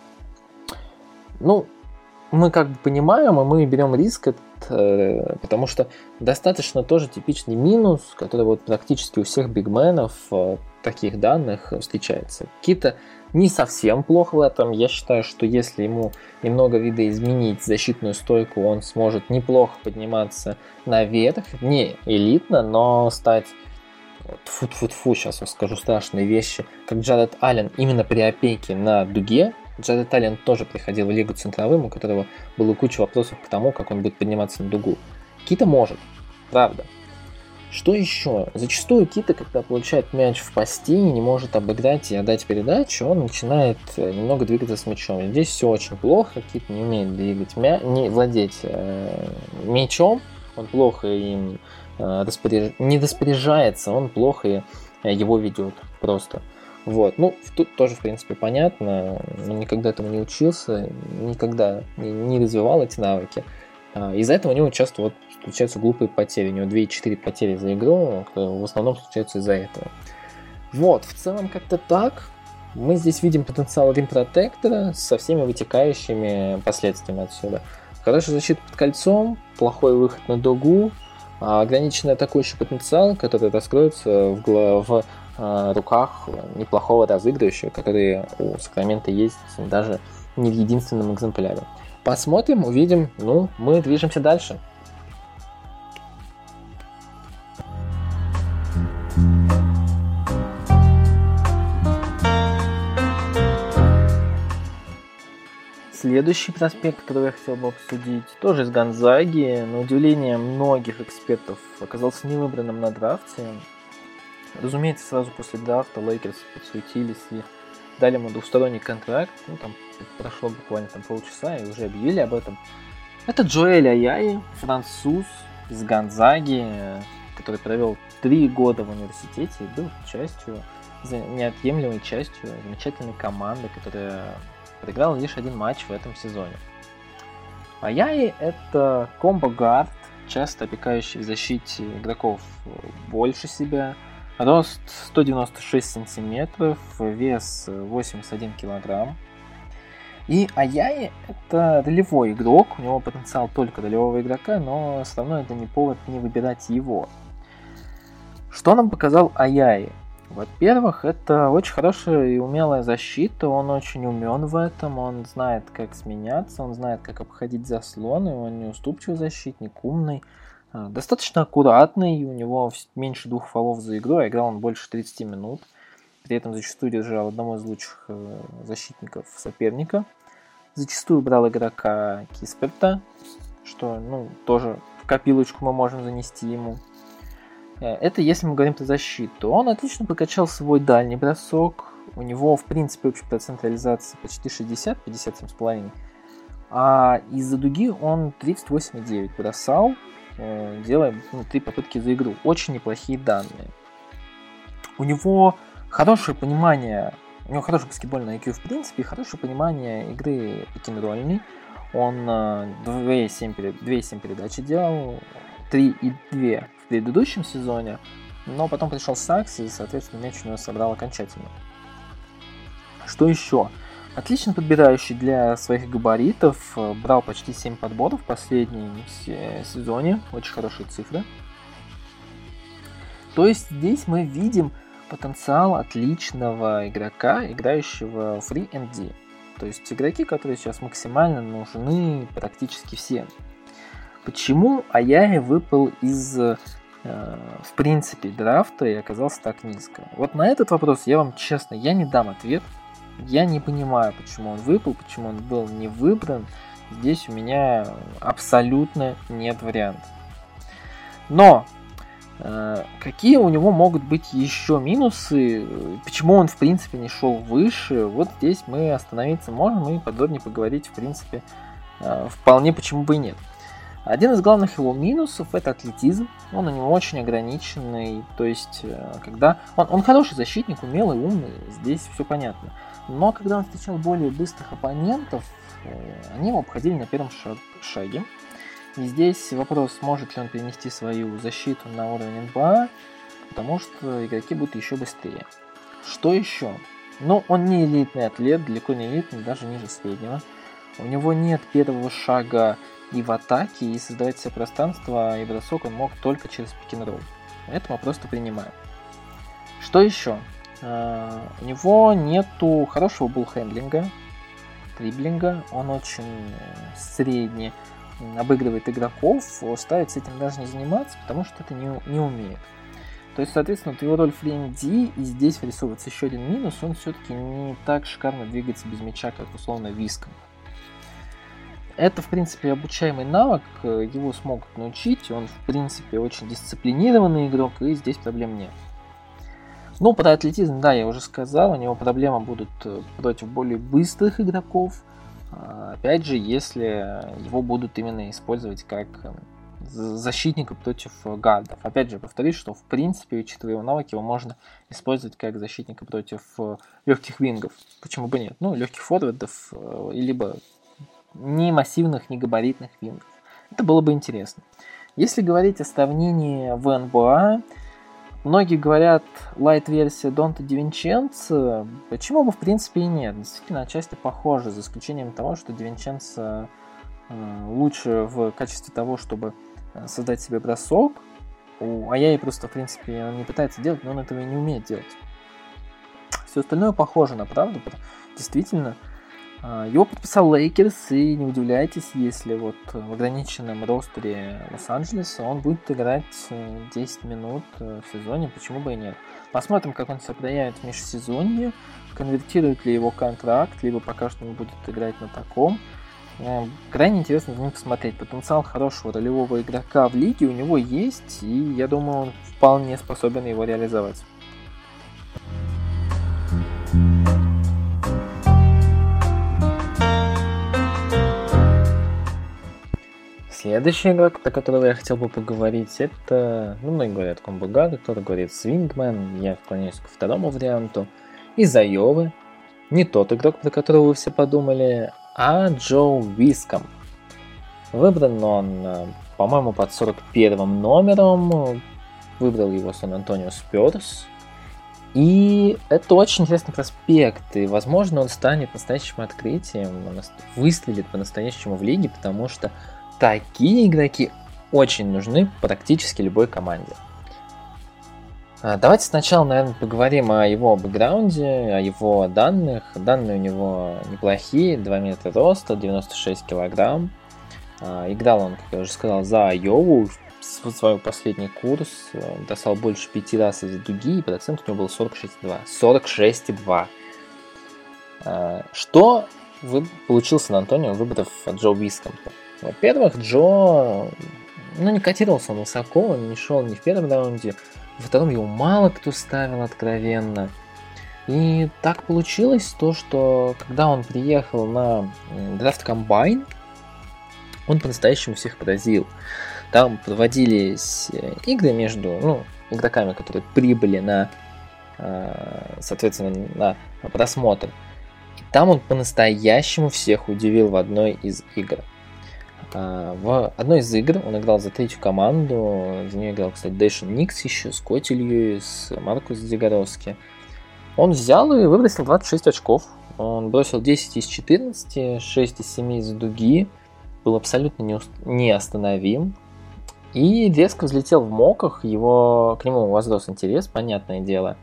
Ну, мы как бы понимаем, и мы берем риск, это, потому что достаточно тоже типичный минус, который вот практически у всех бигменов таких данных встречается. Кита не совсем плохо в этом. Я считаю, что если ему немного видоизменить защитную стойку, он сможет неплохо подниматься наверх. Не элитно, но стать... Тьфу-тьфу-тьфу, сейчас я скажу страшные вещи. Как Джаред Аллен именно при опеке на дуге. Джаред Аллен тоже приходил в лигу центровым, у которого было куча вопросов к тому, как он будет подниматься на дугу. Кита может, правда. Что еще? Зачастую Кита, когда получает мяч в посте и не может обыграть и отдать передачу, он начинает немного двигаться с мячом. Здесь все очень плохо, Кита не умеет двигать мя... не владеть э, мячом, он плохо им э, распоряж... не распоряжается, он плохо его ведет просто. Вот. Ну, тут тоже, в принципе, понятно, он никогда этому не учился, никогда не, не развивал эти навыки. Из-за этого у него часто вот случаются глупые потери. У него две и четыре потери за игру, в основном случаются из-за этого. Вот, в целом как-то так. Мы здесь видим потенциал рим-протектора со всеми вытекающими последствиями отсюда. Хорошая защита под кольцом, плохой выход на дугу, ограниченный атакующий потенциал, который раскроется в, в э, руках неплохого разыгрывающего, который у Сакрамента есть даже не в единственном экземпляре. Посмотрим, увидим, ну, мы движемся дальше. Следующий проспект, который я хотел бы обсудить, тоже из Гонзаги. На удивление многих экспертов оказался не выбранным на драфте. Разумеется, сразу после драфта Лейкерс подсуетились и дали ему двухсторонний контракт. Ну, там прошло буквально там полчаса и уже объявили об этом. Это Джоэль Аяи, француз из Гонзаги, который провел три года в университете и был частью, неотъемлемой частью замечательной команды, которая проиграл лишь один матч в этом сезоне. Аяи — это комбо-гард, часто опекающий в защите игроков больше себя. Рост сто девяносто шесть сантиметров, вес восемьдесят один килограмм. И Аяи — это ролевой игрок, у него потенциал только ролевого игрока, но все равно это не повод не выбирать его. Что нам показал Аяи? Во-первых, это очень хорошая и умелая защита, он очень умен в этом, он знает, как сменяться, он знает, как обходить заслоны, он неуступчивый защитник, умный, достаточно аккуратный, у него меньше двух фолов за игру, а играл он больше тридцать минут, при этом зачастую держал одного из лучших защитников соперника, зачастую брал игрока Кисперта, что, ну, тоже в копилочку мы можем занести ему. Это если мы говорим про защиту. Он отлично прокачал свой дальний бросок. У него, в принципе, общий процент реализации почти шестьдесят, пятьдесят семь целых пять десятых. А из-за дуги он тридцать восемь целых девять десятых бросал, делая ну, три попытки за игру. Очень неплохие данные. У него хорошее понимание, у него хорошее баскетбольное ай кью в принципе, и хорошее понимание игры пик-н-ролльной. Он две и семь передачи делал, три и два в предыдущем сезоне, но потом пришел Сакс, и, соответственно, мяч у него собрал окончательно. Что еще? Отлично подбирающий для своих габаритов, брал почти семь подборов в последнем сезоне, очень хорошие цифры. То есть здесь мы видим потенциал отличного игрока, играющего в три энд ди. То есть игроки, которые сейчас максимально нужны практически всем. Почему Аяи выпал из, э, в принципе, драфта и оказался так низко? Вот на этот вопрос я вам честно, я не дам ответ. Я не понимаю, почему он выпал, почему он был не выбран. Здесь у меня абсолютно нет вариантов. Но э, какие у него могут быть еще минусы? Почему он, в принципе, не шел выше? Вот здесь мы остановиться можем и подробнее поговорить, в принципе, э, вполне почему бы и нет. Один из главных его минусов – это атлетизм. Он у него очень ограниченный. То есть, когда... Он, он хороший защитник, умелый, умный. Здесь все понятно. Но когда он встречал более быстрых оппонентов, они его обходили на первом шаг, шаге. И здесь вопрос, сможет ли он перенести свою защиту на уровень эн би эй, потому что игроки будут еще быстрее. Что еще? Ну, он не элитный атлет, далеко не элитный, даже ниже среднего. У него нет первого шага и в атаке, и создавать себе пространство, и бросок он мог только через пик-н-ролл. Это мы просто принимаем. Что еще? Uh, у него нету хорошего буллхендлинга, дриблинга, он очень средний, обыгрывает игроков, стоит с этим даже не заниматься, потому что это не, не умеет. То есть, соответственно, его роль в эн ди, и здесь вырисовывается еще один минус, он все-таки не так шикарно двигается без мяча, как условно Виском. Это, в принципе, обучаемый навык, его смогут научить, он, в принципе, очень дисциплинированный игрок, и здесь проблем нет. Ну, про атлетизм, да, я уже сказал, у него проблемы будут против более быстрых игроков, опять же, если его будут именно использовать как защитника против гардов. Опять же, повторюсь, что, в принципе, учитывая его навыки, его можно использовать как защитника против легких вингов. Почему бы нет? Ну, легких форвардов, либо не массивных, не габаритных вингов. Это было бы интересно. Если говорить о сравнении в эн би эй, многие говорят лайт-версия Донте Ди Винченцо, почему бы в принципе и нет. Действительно, отчасти похоже, за исключением того, что Ди Винченцо э, лучше в качестве того, чтобы создать себе бросок, у Аяи просто в принципе он не пытается делать, но он этого и не умеет делать. Все остальное похоже на правду, действительно. Его подписал Лейкерс, и не удивляйтесь, если вот в ограниченном ростере Лос-Анджелеса он будет играть десять минут в сезоне, почему бы и нет. Посмотрим, как он себя проявит в межсезонье, конвертирует ли его контракт, либо пока что он будет играть на таком. Крайне интересно за ним посмотреть. Потенциал хорошего ролевого игрока в лиге у него есть, и я думаю, он вполне способен его реализовать. Следующий игрок, про которого я хотел бы поговорить, это, ну, многие говорят Комбугада, кто-то говорит Свингмен, я склоняюсь ко второму варианту. Из Айовы, не тот игрок, про которого вы все подумали, а Джо Виском. Выбран он, по-моему, под сорок первым номером, выбрал его Сан-Антонио Спёрс. И это очень интересный проспект, и, возможно, он станет настоящим открытием, выстрелит по-настоящему в лиге, потому что такие игроки очень нужны практически любой команде. Давайте сначала, наверное, поговорим о его бэкграунде, о его данных. Данные у него неплохие, два метра роста, девяносто шесть килограмм. Играл он, как я уже сказал, за Айову. В свой последний курс бросал больше пяти раз из дуги, и процент у него был сорок шесть и два. сорок шесть и два. Что вы получил Сан-Антонио, выбрав Джо Вискомпа? Во-первых, Джо, ну, не котировался он высоко, он не шел ни в первом раунде, во втором его мало кто ставил откровенно. И так получилось то, что когда он приехал на драфт комбайн, он по-настоящему всех поразил. Там проводились игры между, ну, игроками, которые прибыли на, соответственно, на просмотр. И там он по-настоящему всех удивил в одной из игр. В одной из игр он играл за третью команду, за нее играл, кстати, Дэшон Никс еще, Скотти Льюис, Маркус Дзигаровски. Он взял и выбросил двадцать шесть очков. Он бросил десять из четырнадцати, шесть из семи из дуги, был абсолютно неостановим. И резко взлетел в моках, его, к нему возрос интерес, понятное дело.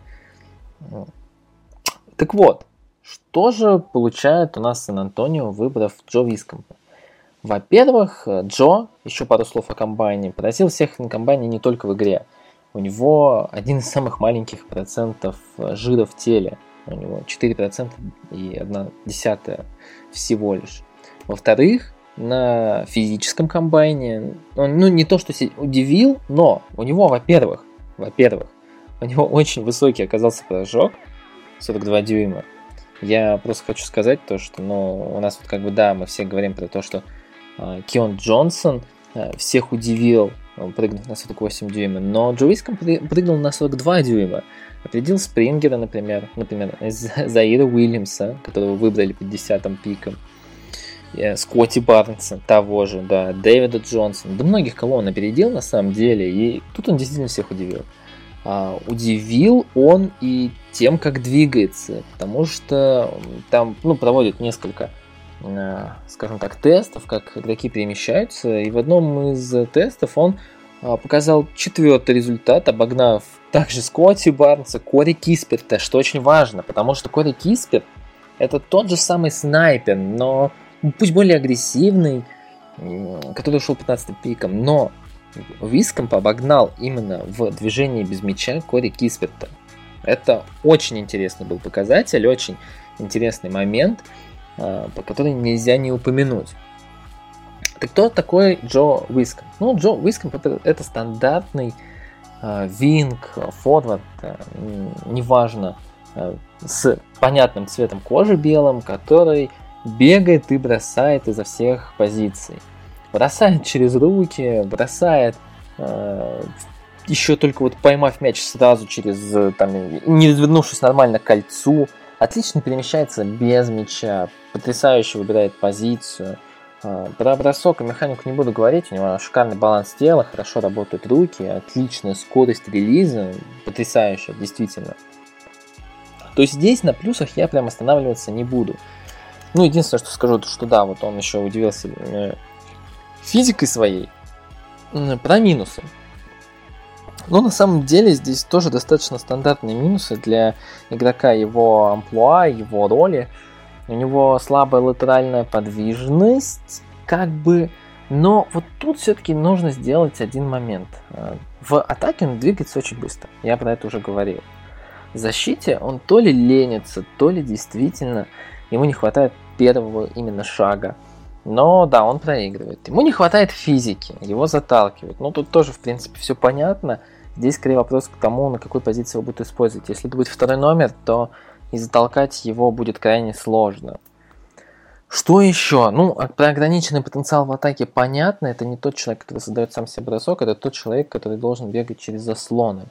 Так вот, что же получает у нас Сан-Антонио, выбрав Джо Вискомпа? Во-первых, Джо, еще пару слов о комбайне, поразил всех на комбайне не только в игре. У него один из самых маленьких процентов жира в теле. У него четыре процента и одна десятая всего лишь. Во-вторых, на физическом комбайне он, ну, не то что удивил, но у него, во-первых, во-первых, у него очень высокий оказался прыжок, сорок два дюйма. Я просто хочу сказать то, что, ну, у нас вот как бы, да, мы все говорим про то, что Кион Джонсон всех удивил, прыгнув на сорок восемь дюйма, но Джо Уиском прыгнул на сорок два дюйма. Опередил Спрингера, например, например, Заира Уильямса, которого выбрали под десятым пиком, Скотти Барнса, того же, да, Дэвида Джонсона, да многих кого он опередил на самом деле, и тут он действительно всех удивил. А, удивил он и тем, как двигается, потому что там, ну, проводят несколько, скажем так, тестов, как игроки перемещаются, и в одном из тестов он показал четвертый результат, обогнав также Скотти Барнса, Кори Кисперта, что очень важно, потому что Кори Кисперт это тот же самый снайпер, но пусть более агрессивный, который ушел пятнадцатым пиком, но Уискомп обогнал именно в движении без мяча Кори Кисперта. Это очень интересный был показатель, очень интересный момент, по который нельзя не упомянуть. Так кто такой Джо Уискомп? Ну, Джо Уискомп это, это стандартный э, винг, форвард, э, неважно, э, с понятным цветом кожи белым, который бегает и бросает изо всех позиций. Бросает через руки, бросает э, еще только вот поймав мяч сразу через, там, не развернувшись нормально к кольцу. Отлично перемещается без мяча, потрясающе выбирает позицию. Про бросок и механику не буду говорить, у него шикарный баланс тела, хорошо работают руки, отличная скорость релиза, потрясающая, действительно. То есть здесь на плюсах я прям останавливаться не буду. Ну, единственное, что скажу, то что да, вот он еще удивился физикой своей. Про минусы. Но на самом деле здесь тоже достаточно стандартные минусы для игрока, его амплуа, его роли. У него слабая латеральная подвижность, как бы, но вот тут все-таки нужно сделать один момент. В атаке он двигается очень быстро, я про это уже говорил. В защите он то ли ленится, то ли действительно ему не хватает первого именно шага. Но да, он проигрывает. Ему не хватает физики, его заталкивают. Ну тут тоже в принципе все понятно. Здесь скорее вопрос к тому, на какой позиции его будут использовать. Если это будет второй номер, то и затолкать его будет крайне сложно. Что еще? Ну, про ограниченный потенциал в атаке понятно. Это не тот человек, который создает сам себе бросок, это тот человек, который должен бегать через заслоны.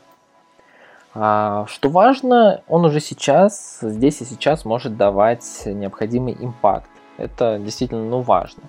А, что важно, он уже сейчас, здесь и сейчас может давать необходимый импакт. Это действительно, ну, важно.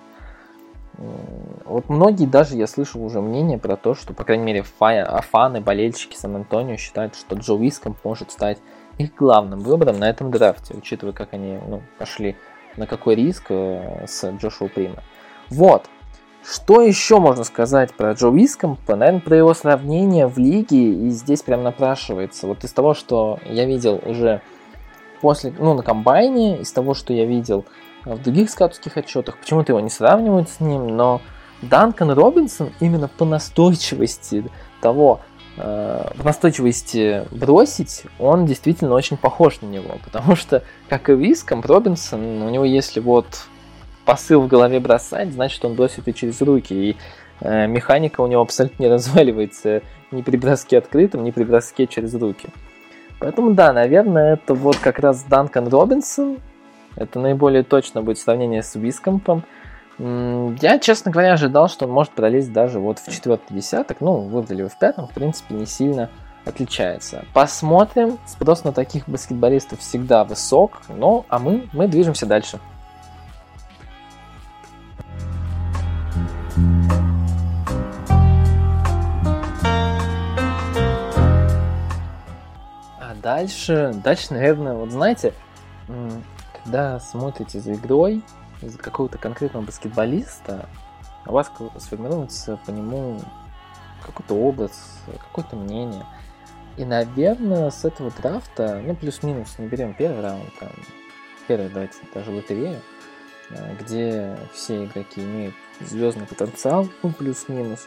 Вот многие, даже я слышал уже мнение про то, что, по крайней мере, фаны, болельщики Сан-Антонио считают, что Джо Уискомп может стать их главным выбором на этом драфте, учитывая, как они ну, пошли, на какой риск э, с Джошуа Прима. Вот. Что еще можно сказать про Джо Уискомпа? Наверное, про его сравнение в лиге, и здесь прям напрашивается. Вот из того, что я видел уже после, ну, на комбайне, из того, что я видел в других скаутских отчетах, почему-то его не сравнивают с ним, но Данкан Робинсон именно по настойчивости того, в настойчивости бросить, он действительно очень похож на него, потому что, как и Уискомп, Робинсон, у него если вот посыл в голове бросать, значит он бросит и через руки, и э, механика у него абсолютно не разваливается ни при броске открытом, ни при броске через руки. Поэтому да, наверное, это вот как раз Данкан Робинсон, это наиболее точно будет сравнение с Уискомпом. Я, честно говоря, ожидал, что он может пролезть даже вот в четвертый десяток. Ну, выбрали его в пятом, в принципе, не сильно отличается. Посмотрим. Спрос на таких баскетболистов всегда высок. Ну, а мы, мы движемся дальше. А дальше, дальше, наверное, вот знаете, когда смотрите за игрой, из-за какого-то конкретного баскетболиста, у вас сформируется по нему какой-то образ, какое-то мнение. И, наверное, с этого драфта, ну, плюс-минус, не берем первый раунд, там, первый, давайте, даже лотерею, где все игроки имеют звездный потенциал, ну, плюс-минус.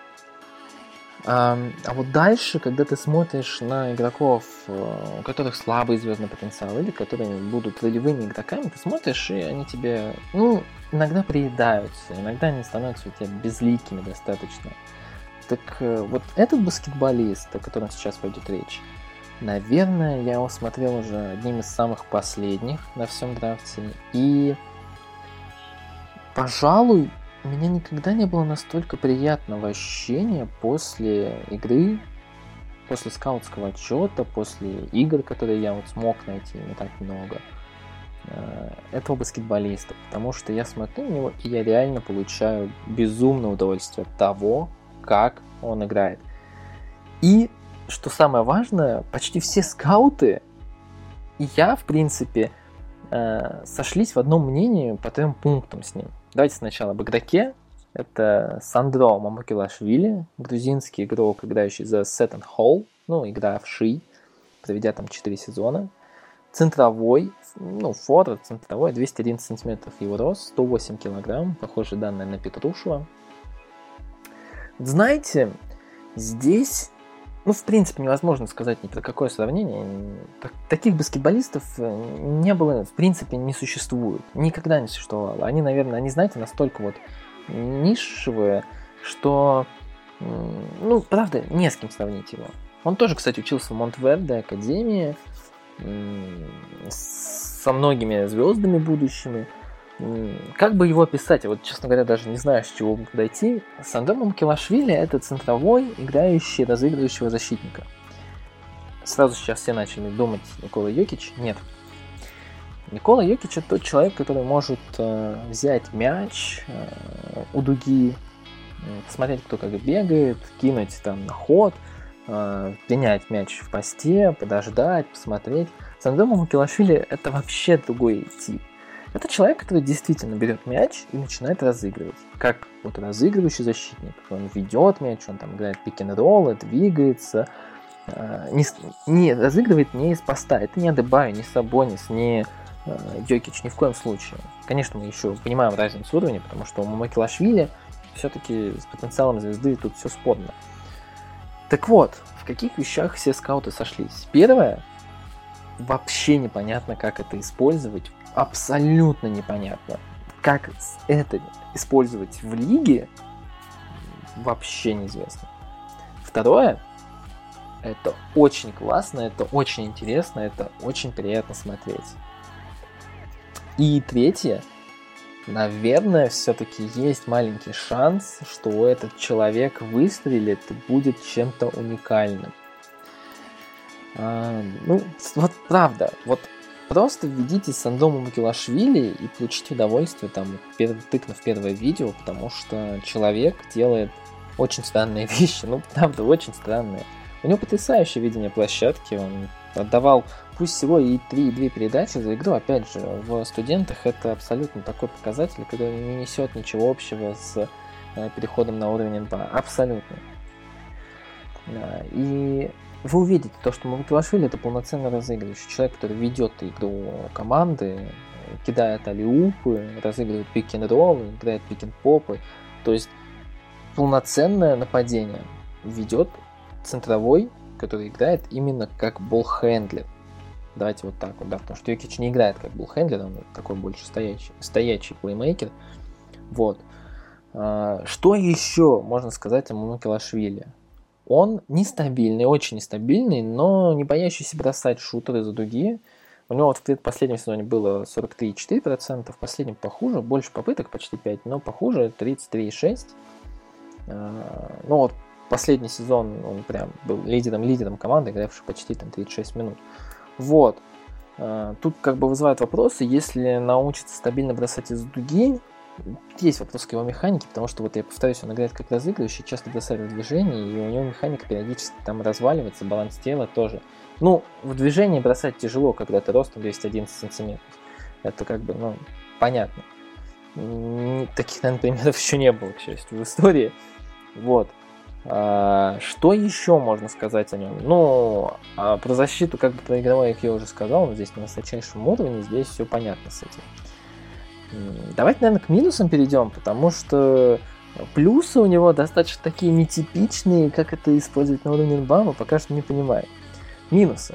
А, а вот дальше, когда ты смотришь на игроков, у которых слабый звездный потенциал, или которые будут ролевыми игроками, ты смотришь, и они тебе, ну, иногда приедаются, иногда они становятся у тебя безликими достаточно. Так вот этот баскетболист, о котором сейчас пойдет речь, наверное, я его смотрел уже одним из самых последних на всем драфте, и, пожалуй, у меня никогда не было настолько приятного ощущения после игры, после скаутского отчета, после игр, которые я вот смог найти, не так много, этого баскетболиста, потому что я смотрю на него, и я реально получаю безумное удовольствие от того, как он играет. И, что самое важное, почти все скауты, и я, в принципе, сошлись в одном мнении по трем пунктам с ним. Давайте сначала об игроке. Это Сандро Мамакелашвили, грузинский игрок, играющий за Сеттон Холл, ну, игравший, проведя там четыре сезона. Центровой, ну, форвард центровой, двести одиннадцать сантиметров его рост, сто восемь килограмм, похожие данные на Петрушева. Знаете, здесь, ну, в принципе, невозможно сказать ни про какое сравнение. Таких баскетболистов не было, в принципе, не существует. Никогда не существовало. Они, наверное, они, знаете, настолько вот нишевые, что, ну, правда, не с кем сравнить его. Он тоже, кстати, учился в Монтверде академии, со многими звездами будущими. Как бы его описать? Я вот, честно говоря, даже не знаю, с чего дойти. Сандро Мамакелашвили — это центровой, играющий, разыгрывающего защитника. Сразу сейчас все начали думать: Никола Йокич. Нет. Никола Йокич — это тот человек, который может э, взять мяч э, у дуги, э, посмотреть, кто как бегает, кинуть там на ход, э, принять мяч в посте, подождать, посмотреть. Сандро Мамакелашвили — это вообще другой тип. Это человек, который действительно берет мяч и начинает разыгрывать. Как вот разыгрывающий защитник. Он ведет мяч, он там играет пик-н-роллы, двигается. Э, не, не разыгрывает не из поста. Это не Адебайо, не Сабонис, не э, Йокич, ни в коем случае. Конечно, мы еще понимаем разницу уровня, потому что у Мамакелашвили все-таки с потенциалом звезды тут все спорно. Так вот, в каких вещах все скауты сошлись? Первое, вообще непонятно, как это использовать. Абсолютно непонятно. Как это использовать в лиге, вообще неизвестно. Второе, это очень классно, это очень интересно, это очень приятно смотреть. И третье, наверное, все-таки есть маленький шанс, что этот человек выстрелит и будет чем-то уникальным. А, ну, вот правда, вот просто введите Сандро Мамакелашвили и получите удовольствие, там, тыкнув первое видео, потому что человек делает очень странные вещи, ну, правда, очень странные. У него потрясающее видение площадки, он отдавал, пусть всего и три-две передачи за игру, опять же, в студентах это абсолютно такой показатель, который не несет ничего общего с э, переходом на уровень эн би эй, абсолютно. Да, и вы увидите то, что Мамакелашвили — это полноценный разыгрывающий человек, который ведет игру команды, кидает алиупы, разыгрывает пик-н-роллы, играет пик-н-попы. То есть полноценное нападение ведет центровой, который играет именно как болл-хендлер. Давайте вот так вот, да, потому что Йокич не играет как болл-хендлер, он такой больше стоячий, стоячий плеймейкер. Вот. Что еще можно сказать о Мамакелашвили? Он нестабильный, очень нестабильный, но не боящийся бросать шутеры за дуги. У него вот в предпоследнем сезоне было сорок три целых четыре десятых процента, в последнем похуже, больше попыток, почти пять, но похуже, тридцать три целых шесть десятых. Ну вот последний сезон он прям был лидером-лидером команды, игравший почти там тридцать шесть минут. Вот. Тут как бы вызывают вопросы, если научится стабильно бросать из дуги. Есть вопрос к его механике, потому что, вот я повторюсь, он играет как разыгрывающий, часто бросает в движении, и у него механика периодически там разваливается, баланс тела тоже. Ну, в движении бросать тяжело, когда ты ростом двести одиннадцать сантиметров. Это как бы, ну, понятно. Таких, наверное, примеров еще не было, к счастью, в истории. Вот. А, что еще можно сказать о нем? Ну, а про защиту, как бы про игровой, как я уже сказал, он здесь на высочайшем уровне, здесь все понятно с этим. Давайте, наверное, к минусам перейдем, потому что плюсы у него достаточно такие нетипичные, как это использовать на уровне эн би эй, мы пока что не понимаем. Минусы.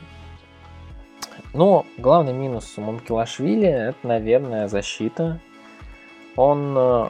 Но главный минус у Мамакелашвили — это, наверное, защита. Он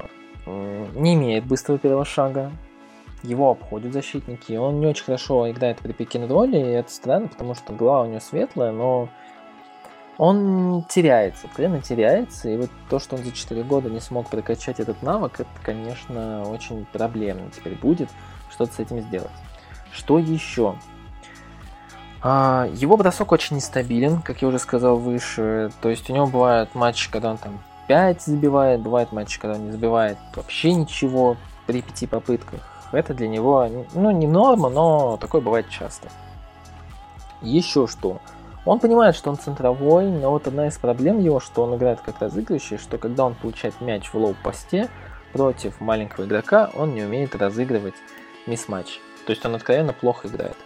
не имеет быстрого первого шага, его обходят защитники, он не очень хорошо играет при пик-н-ролле, и это странно, потому что голова у него светлая, но он теряется, откровенно теряется, и вот то, что он за четыре года не смог прокачать этот навык, это, конечно, очень проблемно теперь будет что-то с этим сделать. Что еще? А, его бросок очень нестабилен, как я уже сказал выше, то есть у него бывают матчи, когда он там пять забивает, бывают матчи, когда он не забивает вообще ничего при пяти попытках. Это для него, ну, не норма, но такое бывает часто. Еще что? Он понимает, что он центровой, но вот одна из проблем его, что он играет как разыгрывающий, что когда он получает мяч в лоу-посте против маленького игрока, он не умеет разыгрывать мисс-матч. То есть он откровенно плохо играет.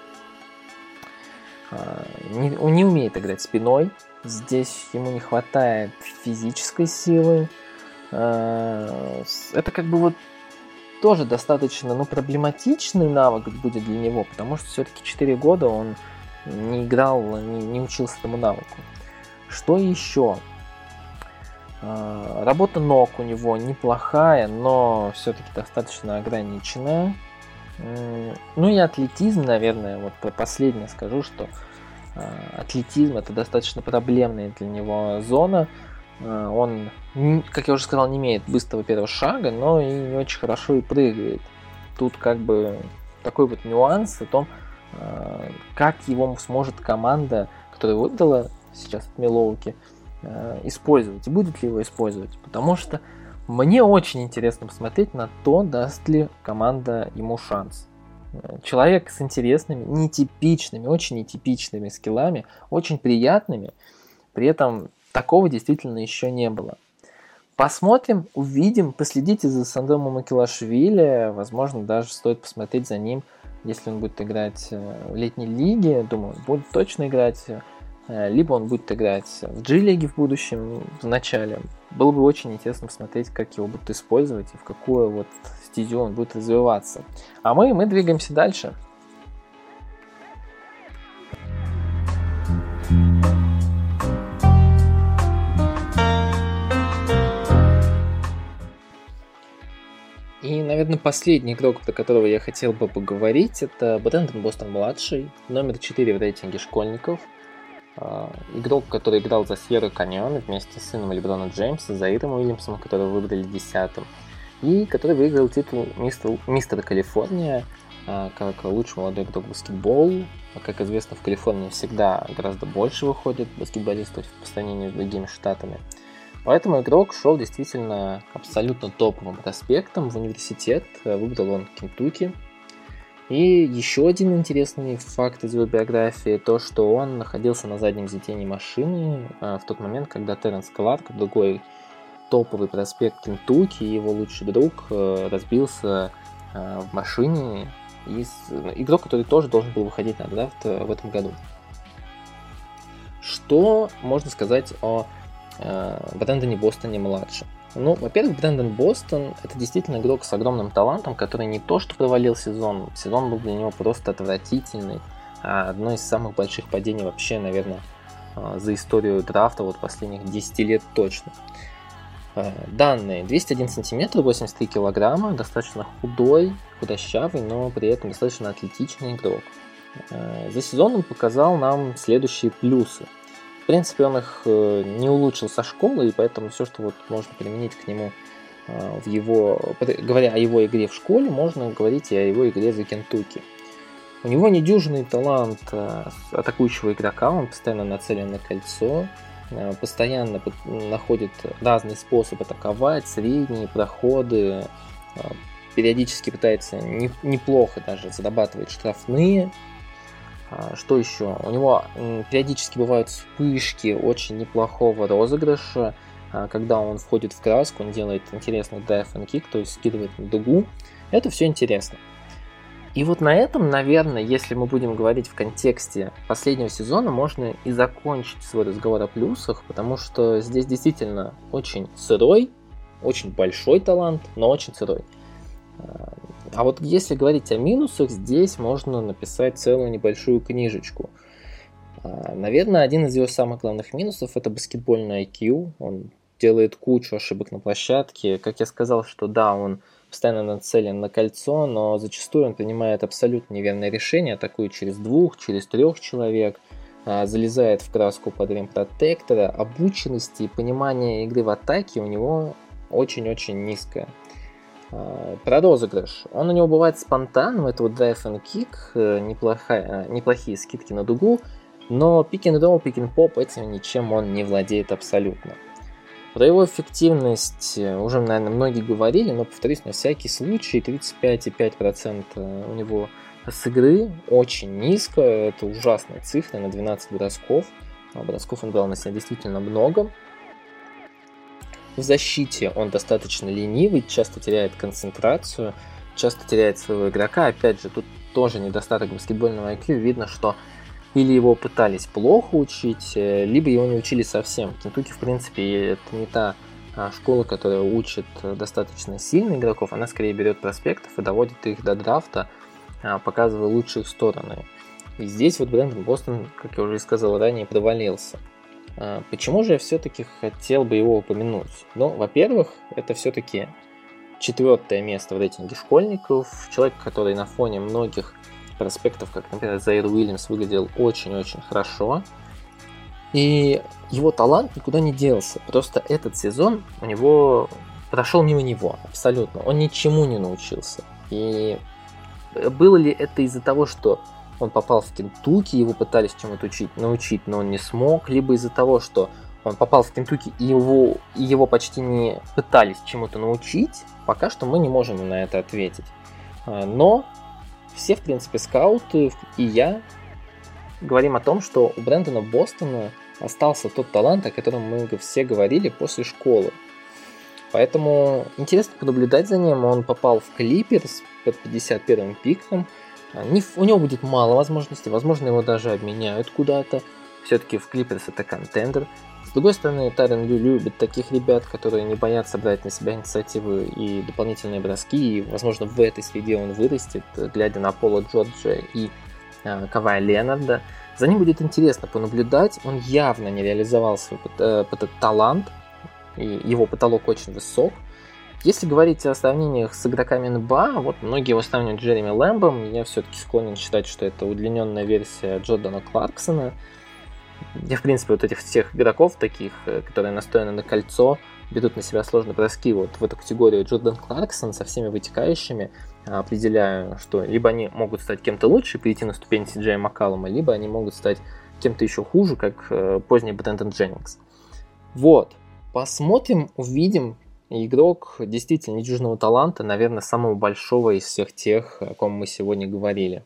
Не, он не умеет играть спиной. Здесь ему не хватает физической силы. Это как бы вот тоже достаточно, ну, проблематичный навык будет для него, потому что все-таки четыре года он не играл, не, не учился этому навыку. Что еще? Работа ног у него неплохая, но все-таки достаточно ограниченная. Ну и атлетизм, наверное, вот последнее скажу, что атлетизм это достаточно проблемная для него зона. Он, как я уже сказал, не имеет быстрого первого шага, но и не очень хорошо и прыгает. Тут как бы такой вот нюанс о том, как его сможет команда, которая выбрала сейчас от Милоуки, использовать, и будет ли его использовать. Потому что мне очень интересно посмотреть на то, даст ли команда ему шанс. Человек с интересными, нетипичными, очень нетипичными скиллами, очень приятными, при этом такого действительно еще не было. Посмотрим, увидим, последите за Сандромом Макилашвили, возможно, даже стоит посмотреть за ним, если он будет играть в летней лиге, думаю, будет точно играть, либо он будет играть в G-лиге в будущем, в начале. Было бы очень интересно посмотреть, как его будут использовать и в какую вот стезю он будет развиваться. А мы, мы двигаемся дальше. И, наверное, последний игрок, про которого я хотел бы поговорить, это Брэндон Бостон-младший, номер четыре в рейтинге школьников. Игрок, который играл за Сьерра Каньон вместе с сыном Леброна Джеймса, Заиром Уильямсом, которого выбрали десятым, и который выиграл титул мистер, мистера Калифорния как лучший молодой игрок баскетбола. Как известно, в Калифорнии всегда гораздо больше выходит баскетболистов по сравнению с другими штатами. Поэтому игрок шел действительно абсолютно топовым проспектом в университет, выбрал он Кентукки. И еще один интересный факт из его биографии, то, что он находился на заднем сидении машины в тот момент, когда Терренс Кларк, другой топовый проспект Кентукки, и его лучший друг, разбился в машине. И игрок, который тоже должен был выходить на драфт в этом году. Что можно сказать о Брэндоне Бостоне-младшем? Ну, во-первых, Брэндон Бостон – это действительно игрок с огромным талантом, который не то что провалил сезон, сезон был для него просто отвратительный, а одно из самых больших падений вообще, наверное, за историю драфта вот последних десять лет точно. Данные: двести один сантиметр, восемьдесят три килограмма, достаточно худой, худощавый, но при этом достаточно атлетичный игрок. За сезон он показал нам следующие плюсы. В принципе, он их не улучшил со школы, и поэтому все, что вот можно применить к нему в его, говоря о его игре в школе, можно говорить и о его игре за Кентукки. У него недюжинный талант атакующего игрока, он постоянно нацелен на кольцо, постоянно находит разный способ атаковать, средние проходы, периодически пытается неплохо даже зарабатывать штрафные. Что еще? У него периодически бывают вспышки очень неплохого розыгрыша, когда он входит в краску, он делает интересный dive and kick, то есть скидывает на дугу. Это все интересно. И вот на этом, наверное, если мы будем говорить в контексте последнего сезона, можно и закончить свой разговор о плюсах, потому что здесь действительно очень сырой, очень большой талант, но очень сырой. А вот если говорить о минусах, здесь можно написать целую небольшую книжечку. Наверное, один из его самых главных минусов – это баскетбольный ай кью. Он делает кучу ошибок на площадке. Как я сказал, что да, он постоянно нацелен на кольцо, но зачастую он принимает абсолютно неверное решение, атакует через двух, через трех человек, залезает в краску под рим протектора, обученности и понимание игры в атаке у него очень-очень низкое. Про розыгрыш. Он у него бывает спонтанным, это вот drive and kick, неплохая, неплохие скидки на дугу, но pick and roll, pick and pop, этим ничем он не владеет абсолютно. Про его эффективность уже, наверное, многие говорили, но повторюсь на всякий случай, тридцать пять и пять десятых процента у него с игры очень низко, это ужасная цифра на двенадцать бросков, а бросков он брал на себя действительно много. В защите он достаточно ленивый, часто теряет концентрацию, часто теряет своего игрока. Опять же, тут тоже недостаток баскетбольного ай кью. Видно, что или его пытались плохо учить, либо его не учили совсем. Кентукки, в принципе, это не та школа, которая учит достаточно сильных игроков. Она скорее берет проспектов и доводит их до драфта, показывая лучшие стороны. И здесь вот Брэндон Бостон, как я уже сказал ранее, провалился. Почему же я все-таки хотел бы его упомянуть? Ну, во-первых, это все-таки четвертое место в рейтинге школьников. Человек, который на фоне многих проспектов, как, например, Заир Уильямс, выглядел очень-очень хорошо. И его талант никуда не делся. Просто этот сезон у него прошел мимо него абсолютно. Он ничему не научился. И было ли это из-за того, что он попал в Кентукки, его пытались чему-то учить, научить, но он не смог, либо из-за того, что он попал в Кентукки и его, и его почти не пытались чему-то научить, пока что мы не можем на это ответить. Но все, в принципе, скауты и я говорим о том, что у Брэндона Бостона остался тот талант, о котором мы все говорили после школы. Поэтому интересно понаблюдать за ним. Он попал в Клиперс под пятьдесят первым пиком. У него будет мало возможностей, возможно, его даже обменяют куда-то. Все-таки в Клиперс это контендер. С другой стороны, Тайрон Лю любит таких ребят, которые не боятся брать на себя инициативы и дополнительные броски. И, возможно, в этой среде он вырастет, глядя на Пола Джорджа и э, Кавая Леонарда. За ним будет интересно понаблюдать. Он явно не реализовал свой э, талант, и его потолок очень высок. Если говорить о сравнениях с игроками эн бэ а, вот многие его сравнивают с Джереми Лэмбом, я все-таки склонен считать, что это удлиненная версия Джордана Кларксона. Я, в принципе, вот этих всех игроков, таких, которые настроены на кольцо, берут на себя сложные броски, вот в эту категорию Джордан Кларксон со всеми вытекающими, определяю, что либо они могут стать кем-то лучше, перейти на ступень Си Джей Маккалума, либо они могут стать кем-то еще хуже, как поздний Брэндон Дженнингс. Вот, посмотрим, увидим. Игрок действительно недюжного таланта, наверное, самого большого из всех тех, о ком мы сегодня говорили.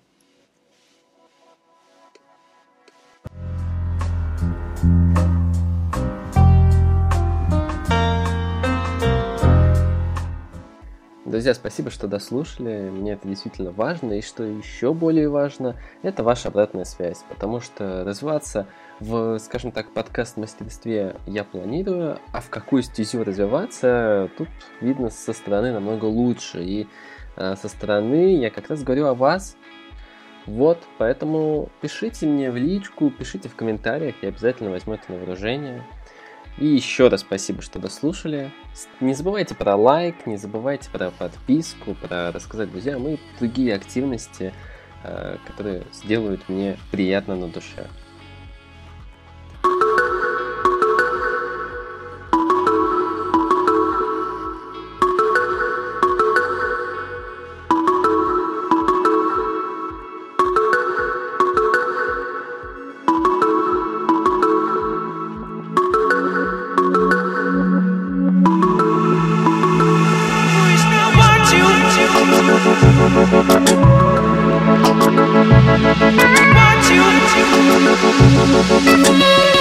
Друзья, спасибо, что дослушали. Мне это действительно важно. И что еще более важно, это ваша обратная связь. Потому что развиваться в, скажем так, подкаст-мастерстве я планирую, а в какую стезю развиваться, тут видно со стороны намного лучше. И э, со стороны я как раз говорю о вас. Вот, поэтому пишите мне в личку, пишите в комментариях, я обязательно возьму это на вооружение. И еще раз спасибо, что дослушали. Не забывайте про лайк, не забывайте про подписку, про рассказать друзьям и другие активности, которые сделают мне приятно на душе. Want you